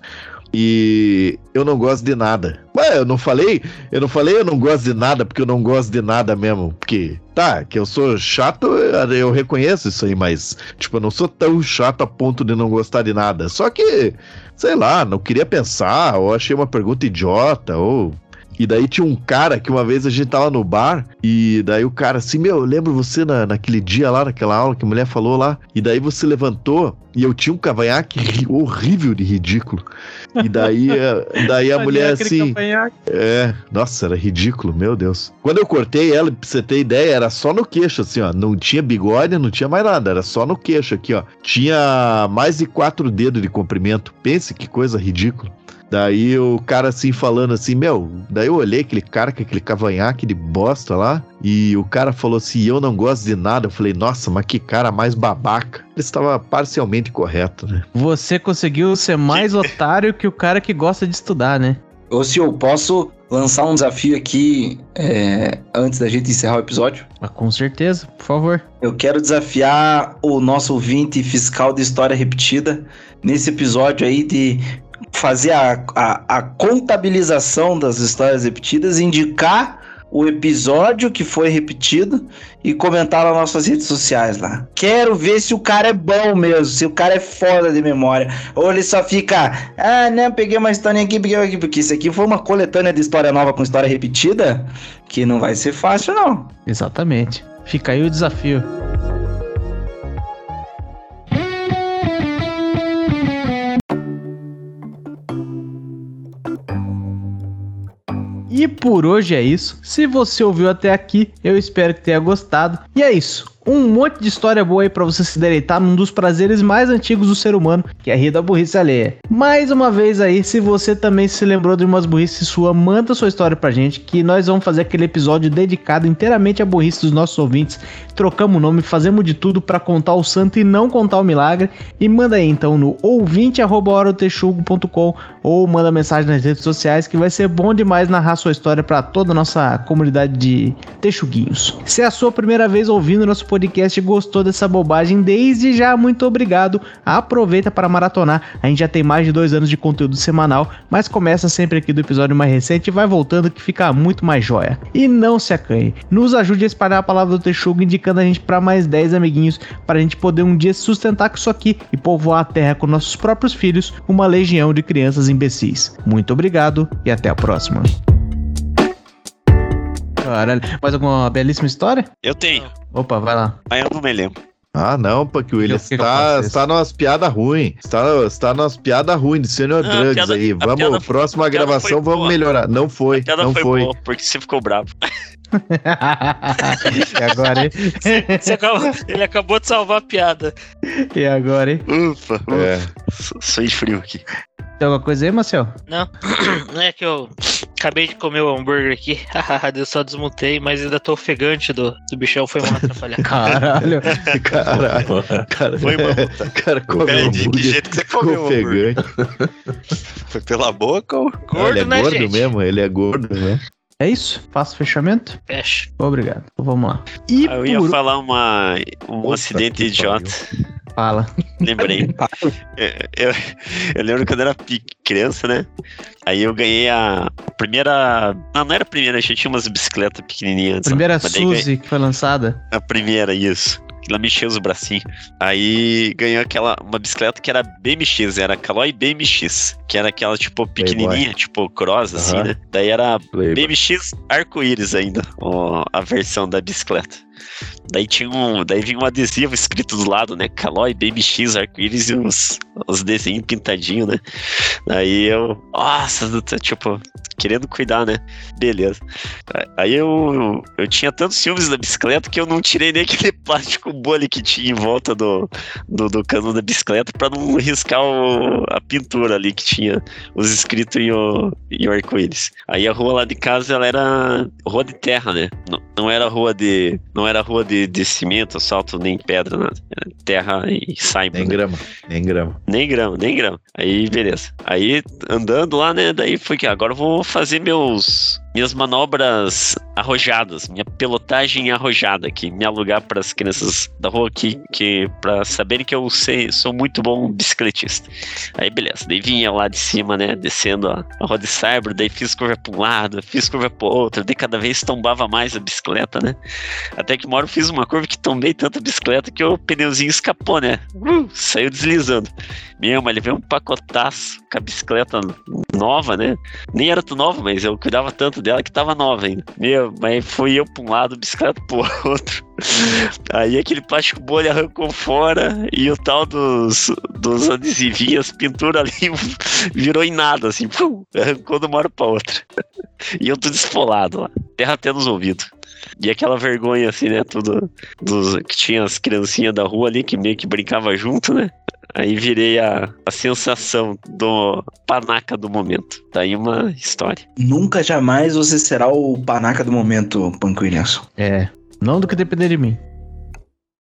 E eu não gosto de nada. Mas eu não falei, eu não falei eu não gosto de nada porque eu não gosto de nada mesmo. Porque, tá, que eu sou chato, eu, eu reconheço isso aí, mas, tipo, eu não sou tão chato a ponto de não gostar de nada. Só que, sei lá, não queria pensar, ou achei uma pergunta idiota, ou... E daí tinha um cara que uma vez a gente tava no bar, e daí o cara assim, meu, eu lembro você na, naquele dia lá, naquela aula que a mulher falou lá, e daí você levantou, e eu tinha um cavanhaque ri- horrível de ridículo. E daí, eh, daí a mulher assim, é, nossa, era ridículo, meu Deus. Quando eu cortei ela, pra você ter ideia, era só no queixo, assim, ó, não tinha bigode, não tinha mais nada, era só no queixo aqui, ó. Tinha mais de quatro dedos de comprimento, pense que coisa ridícula. Daí o cara assim falando assim, meu, daí eu olhei aquele cara com aquele cavanhaque de bosta lá, e o cara falou assim, eu não gosto de nada. Eu falei, nossa, mas que cara mais babaca. Ele estava parcialmente correto, né? Você conseguiu ser mais otário que o cara que gosta de estudar, né? Ô, senhor, posso lançar um desafio aqui é, antes da gente encerrar o episódio? Ah, com certeza, por favor. Eu quero desafiar o nosso ouvinte fiscal de história repetida nesse episódio aí de fazer a, a, a contabilização das histórias repetidas, indicar o episódio que foi repetido e comentar nas nossas redes sociais lá. Quero ver se o cara é bom mesmo, se o cara é foda de memória, ou ele só fica, ah, não, peguei uma história aqui, peguei aqui, porque isso aqui foi uma coletânea de história nova com história repetida, que não vai ser fácil, não. Exatamente. Fica aí o desafio. E por hoje é isso. Se você ouviu até aqui, eu espero que tenha gostado. E é isso. Um monte de história boa aí pra você se deleitar num dos prazeres mais antigos do ser humano, que é rir da burrice alheia. Mais uma vez aí, se você também se lembrou de umas burrices sua, manda sua história pra gente, que nós vamos fazer aquele episódio dedicado inteiramente à burrice dos nossos ouvintes. Trocamos o nome, fazemos de tudo pra contar o santo e não contar o milagre. E manda aí então no ouvinte arroba hora do texugo ponto com ou manda mensagem nas redes sociais, que vai ser bom demais narrar sua história pra toda a nossa comunidade de texuguinhos. Se é a sua primeira vez ouvindo nosso podcast e gostou dessa bobagem, desde já, muito obrigado. Aproveita para maratonar. A gente já tem mais de dois anos de conteúdo semanal, mas começa sempre aqui do episódio mais recente e vai voltando, que fica muito mais joia. E não se acanhe, nos ajude a espalhar a palavra do Texugo, indicando a gente para mais dez amiguinhos, para a gente poder um dia se sustentar com isso aqui e povoar a terra com nossos próprios filhos, uma legião de crianças imbecis. Muito obrigado e até a próxima. Caralho, mais alguma belíssima história? Eu tenho, Opa, vai lá. mas eu não me lembro. Ah, não, Punk Williams, O que que tá, acontece? tá numas piadas ruins. Tá, tá numas piadas ruins de Senior Não, a Drugs piada- aí. a piada- Vamos, próxima a piada gravação, foi vamos boa. melhorar. Não foi, A piada não foi, foi. boa, porque você ficou bravo. E agora, hein? Você acabou- ele acabou de salvar a piada. E agora, hein? Ufa, É. ufa. Sou de frio aqui. Tem alguma coisa aí, Marcel? Não, não é que eu acabei de comer o hambúrguer aqui. Eu só desmutei, mas ainda tô ofegante do, do bichão, foi mal atrapalhar. Caralho. Caralho. Cara, Foi uma puta. cara comeu Peraí, um de que hambúrguer jeito que você comeu o ofegante. Foi pela boca ou... Gordo, Ele é né, gordo gente? mesmo, ele é gordo, né? É isso? Faço fechamento? Fecha. Obrigado. Então vamos lá. E Ah, eu ia por... falar uma, um Puta acidente que idiota. Fala. Lembrei. eu, eu, eu lembro quando eu era pe- criança, né? Aí eu ganhei a primeira. Não, não era a primeira, a gente tinha umas bicicletas pequenininhas. antes, Primeira mas daí ganhei- Suzy que foi lançada. A primeira, isso. Ela mexeu os bracinhos. Aí ganhou aquela, uma bicicleta que era B M X, era Caloi B M X, que era aquela, tipo, pequenininha, tipo, cross, assim, Aham. né? Daí era Playboy. B M X arco-íris ainda, ó, a versão da bicicleta. Daí tinha um, daí vinha um adesivo escrito do lado, né? Caloi B M X arco-íris e os, os desenhos pintadinhos, né? Daí eu, nossa, tipo, querendo cuidar, né? Beleza. Aí eu, eu tinha tantos ciúmes da bicicleta que eu não tirei nem aquele plástico bolha que tinha em volta do, do, do cano da bicicleta pra não riscar o, a pintura ali que tinha os escritos em o, em o arco-íris. Aí a rua lá de casa, ela era rua de terra, né? Não, não era rua de não era rua de, de cimento, asfalto, nem pedra, nada. Era terra e saibro. Nem né? grama, nem grama. Nem grama, nem grama. Aí, beleza. Aí, andando lá, né? Daí foi que agora eu vou fazer meus minhas manobras arrojadas, minha pelotagem arrojada aqui, me alugar para as crianças da rua aqui, que para saberem que eu sei, sou muito bom bicicletista. Aí, beleza. Daí vinha lá de cima, né? Descendo a, a rua de saibro, daí fiz curva para um lado, fiz curva para outro, daí cada vez tombava mais a bicicleta, né? Até que uma hora eu fiz uma curva que tombei tanta bicicleta que o pneuzinho escapou, né? Uh, saiu deslizando. Meu, mas ele veio um pacotaço com a bicicleta nova, né? Nem era tão nova, mas eu cuidava tanto dela que tava nova ainda. Meu, mas fui eu pra um lado, a bicicleta pro outro. Aí aquele plástico bolha arrancou fora e o tal dos, dos adesivinhos, pintura ali, virou em nada, assim. Pum, arrancou de uma hora pra outra. E eu tudo esfolado lá, terra até nos ouvidos. E aquela vergonha, assim, né? Tudo dos, que tinha as criancinhas da rua ali que meio que brincavam junto, né? Aí virei a, a sensação do panaca do momento. Daí uma história. Nunca jamais você será o panaca do momento, Punk Williams. É. Não do que depender de mim.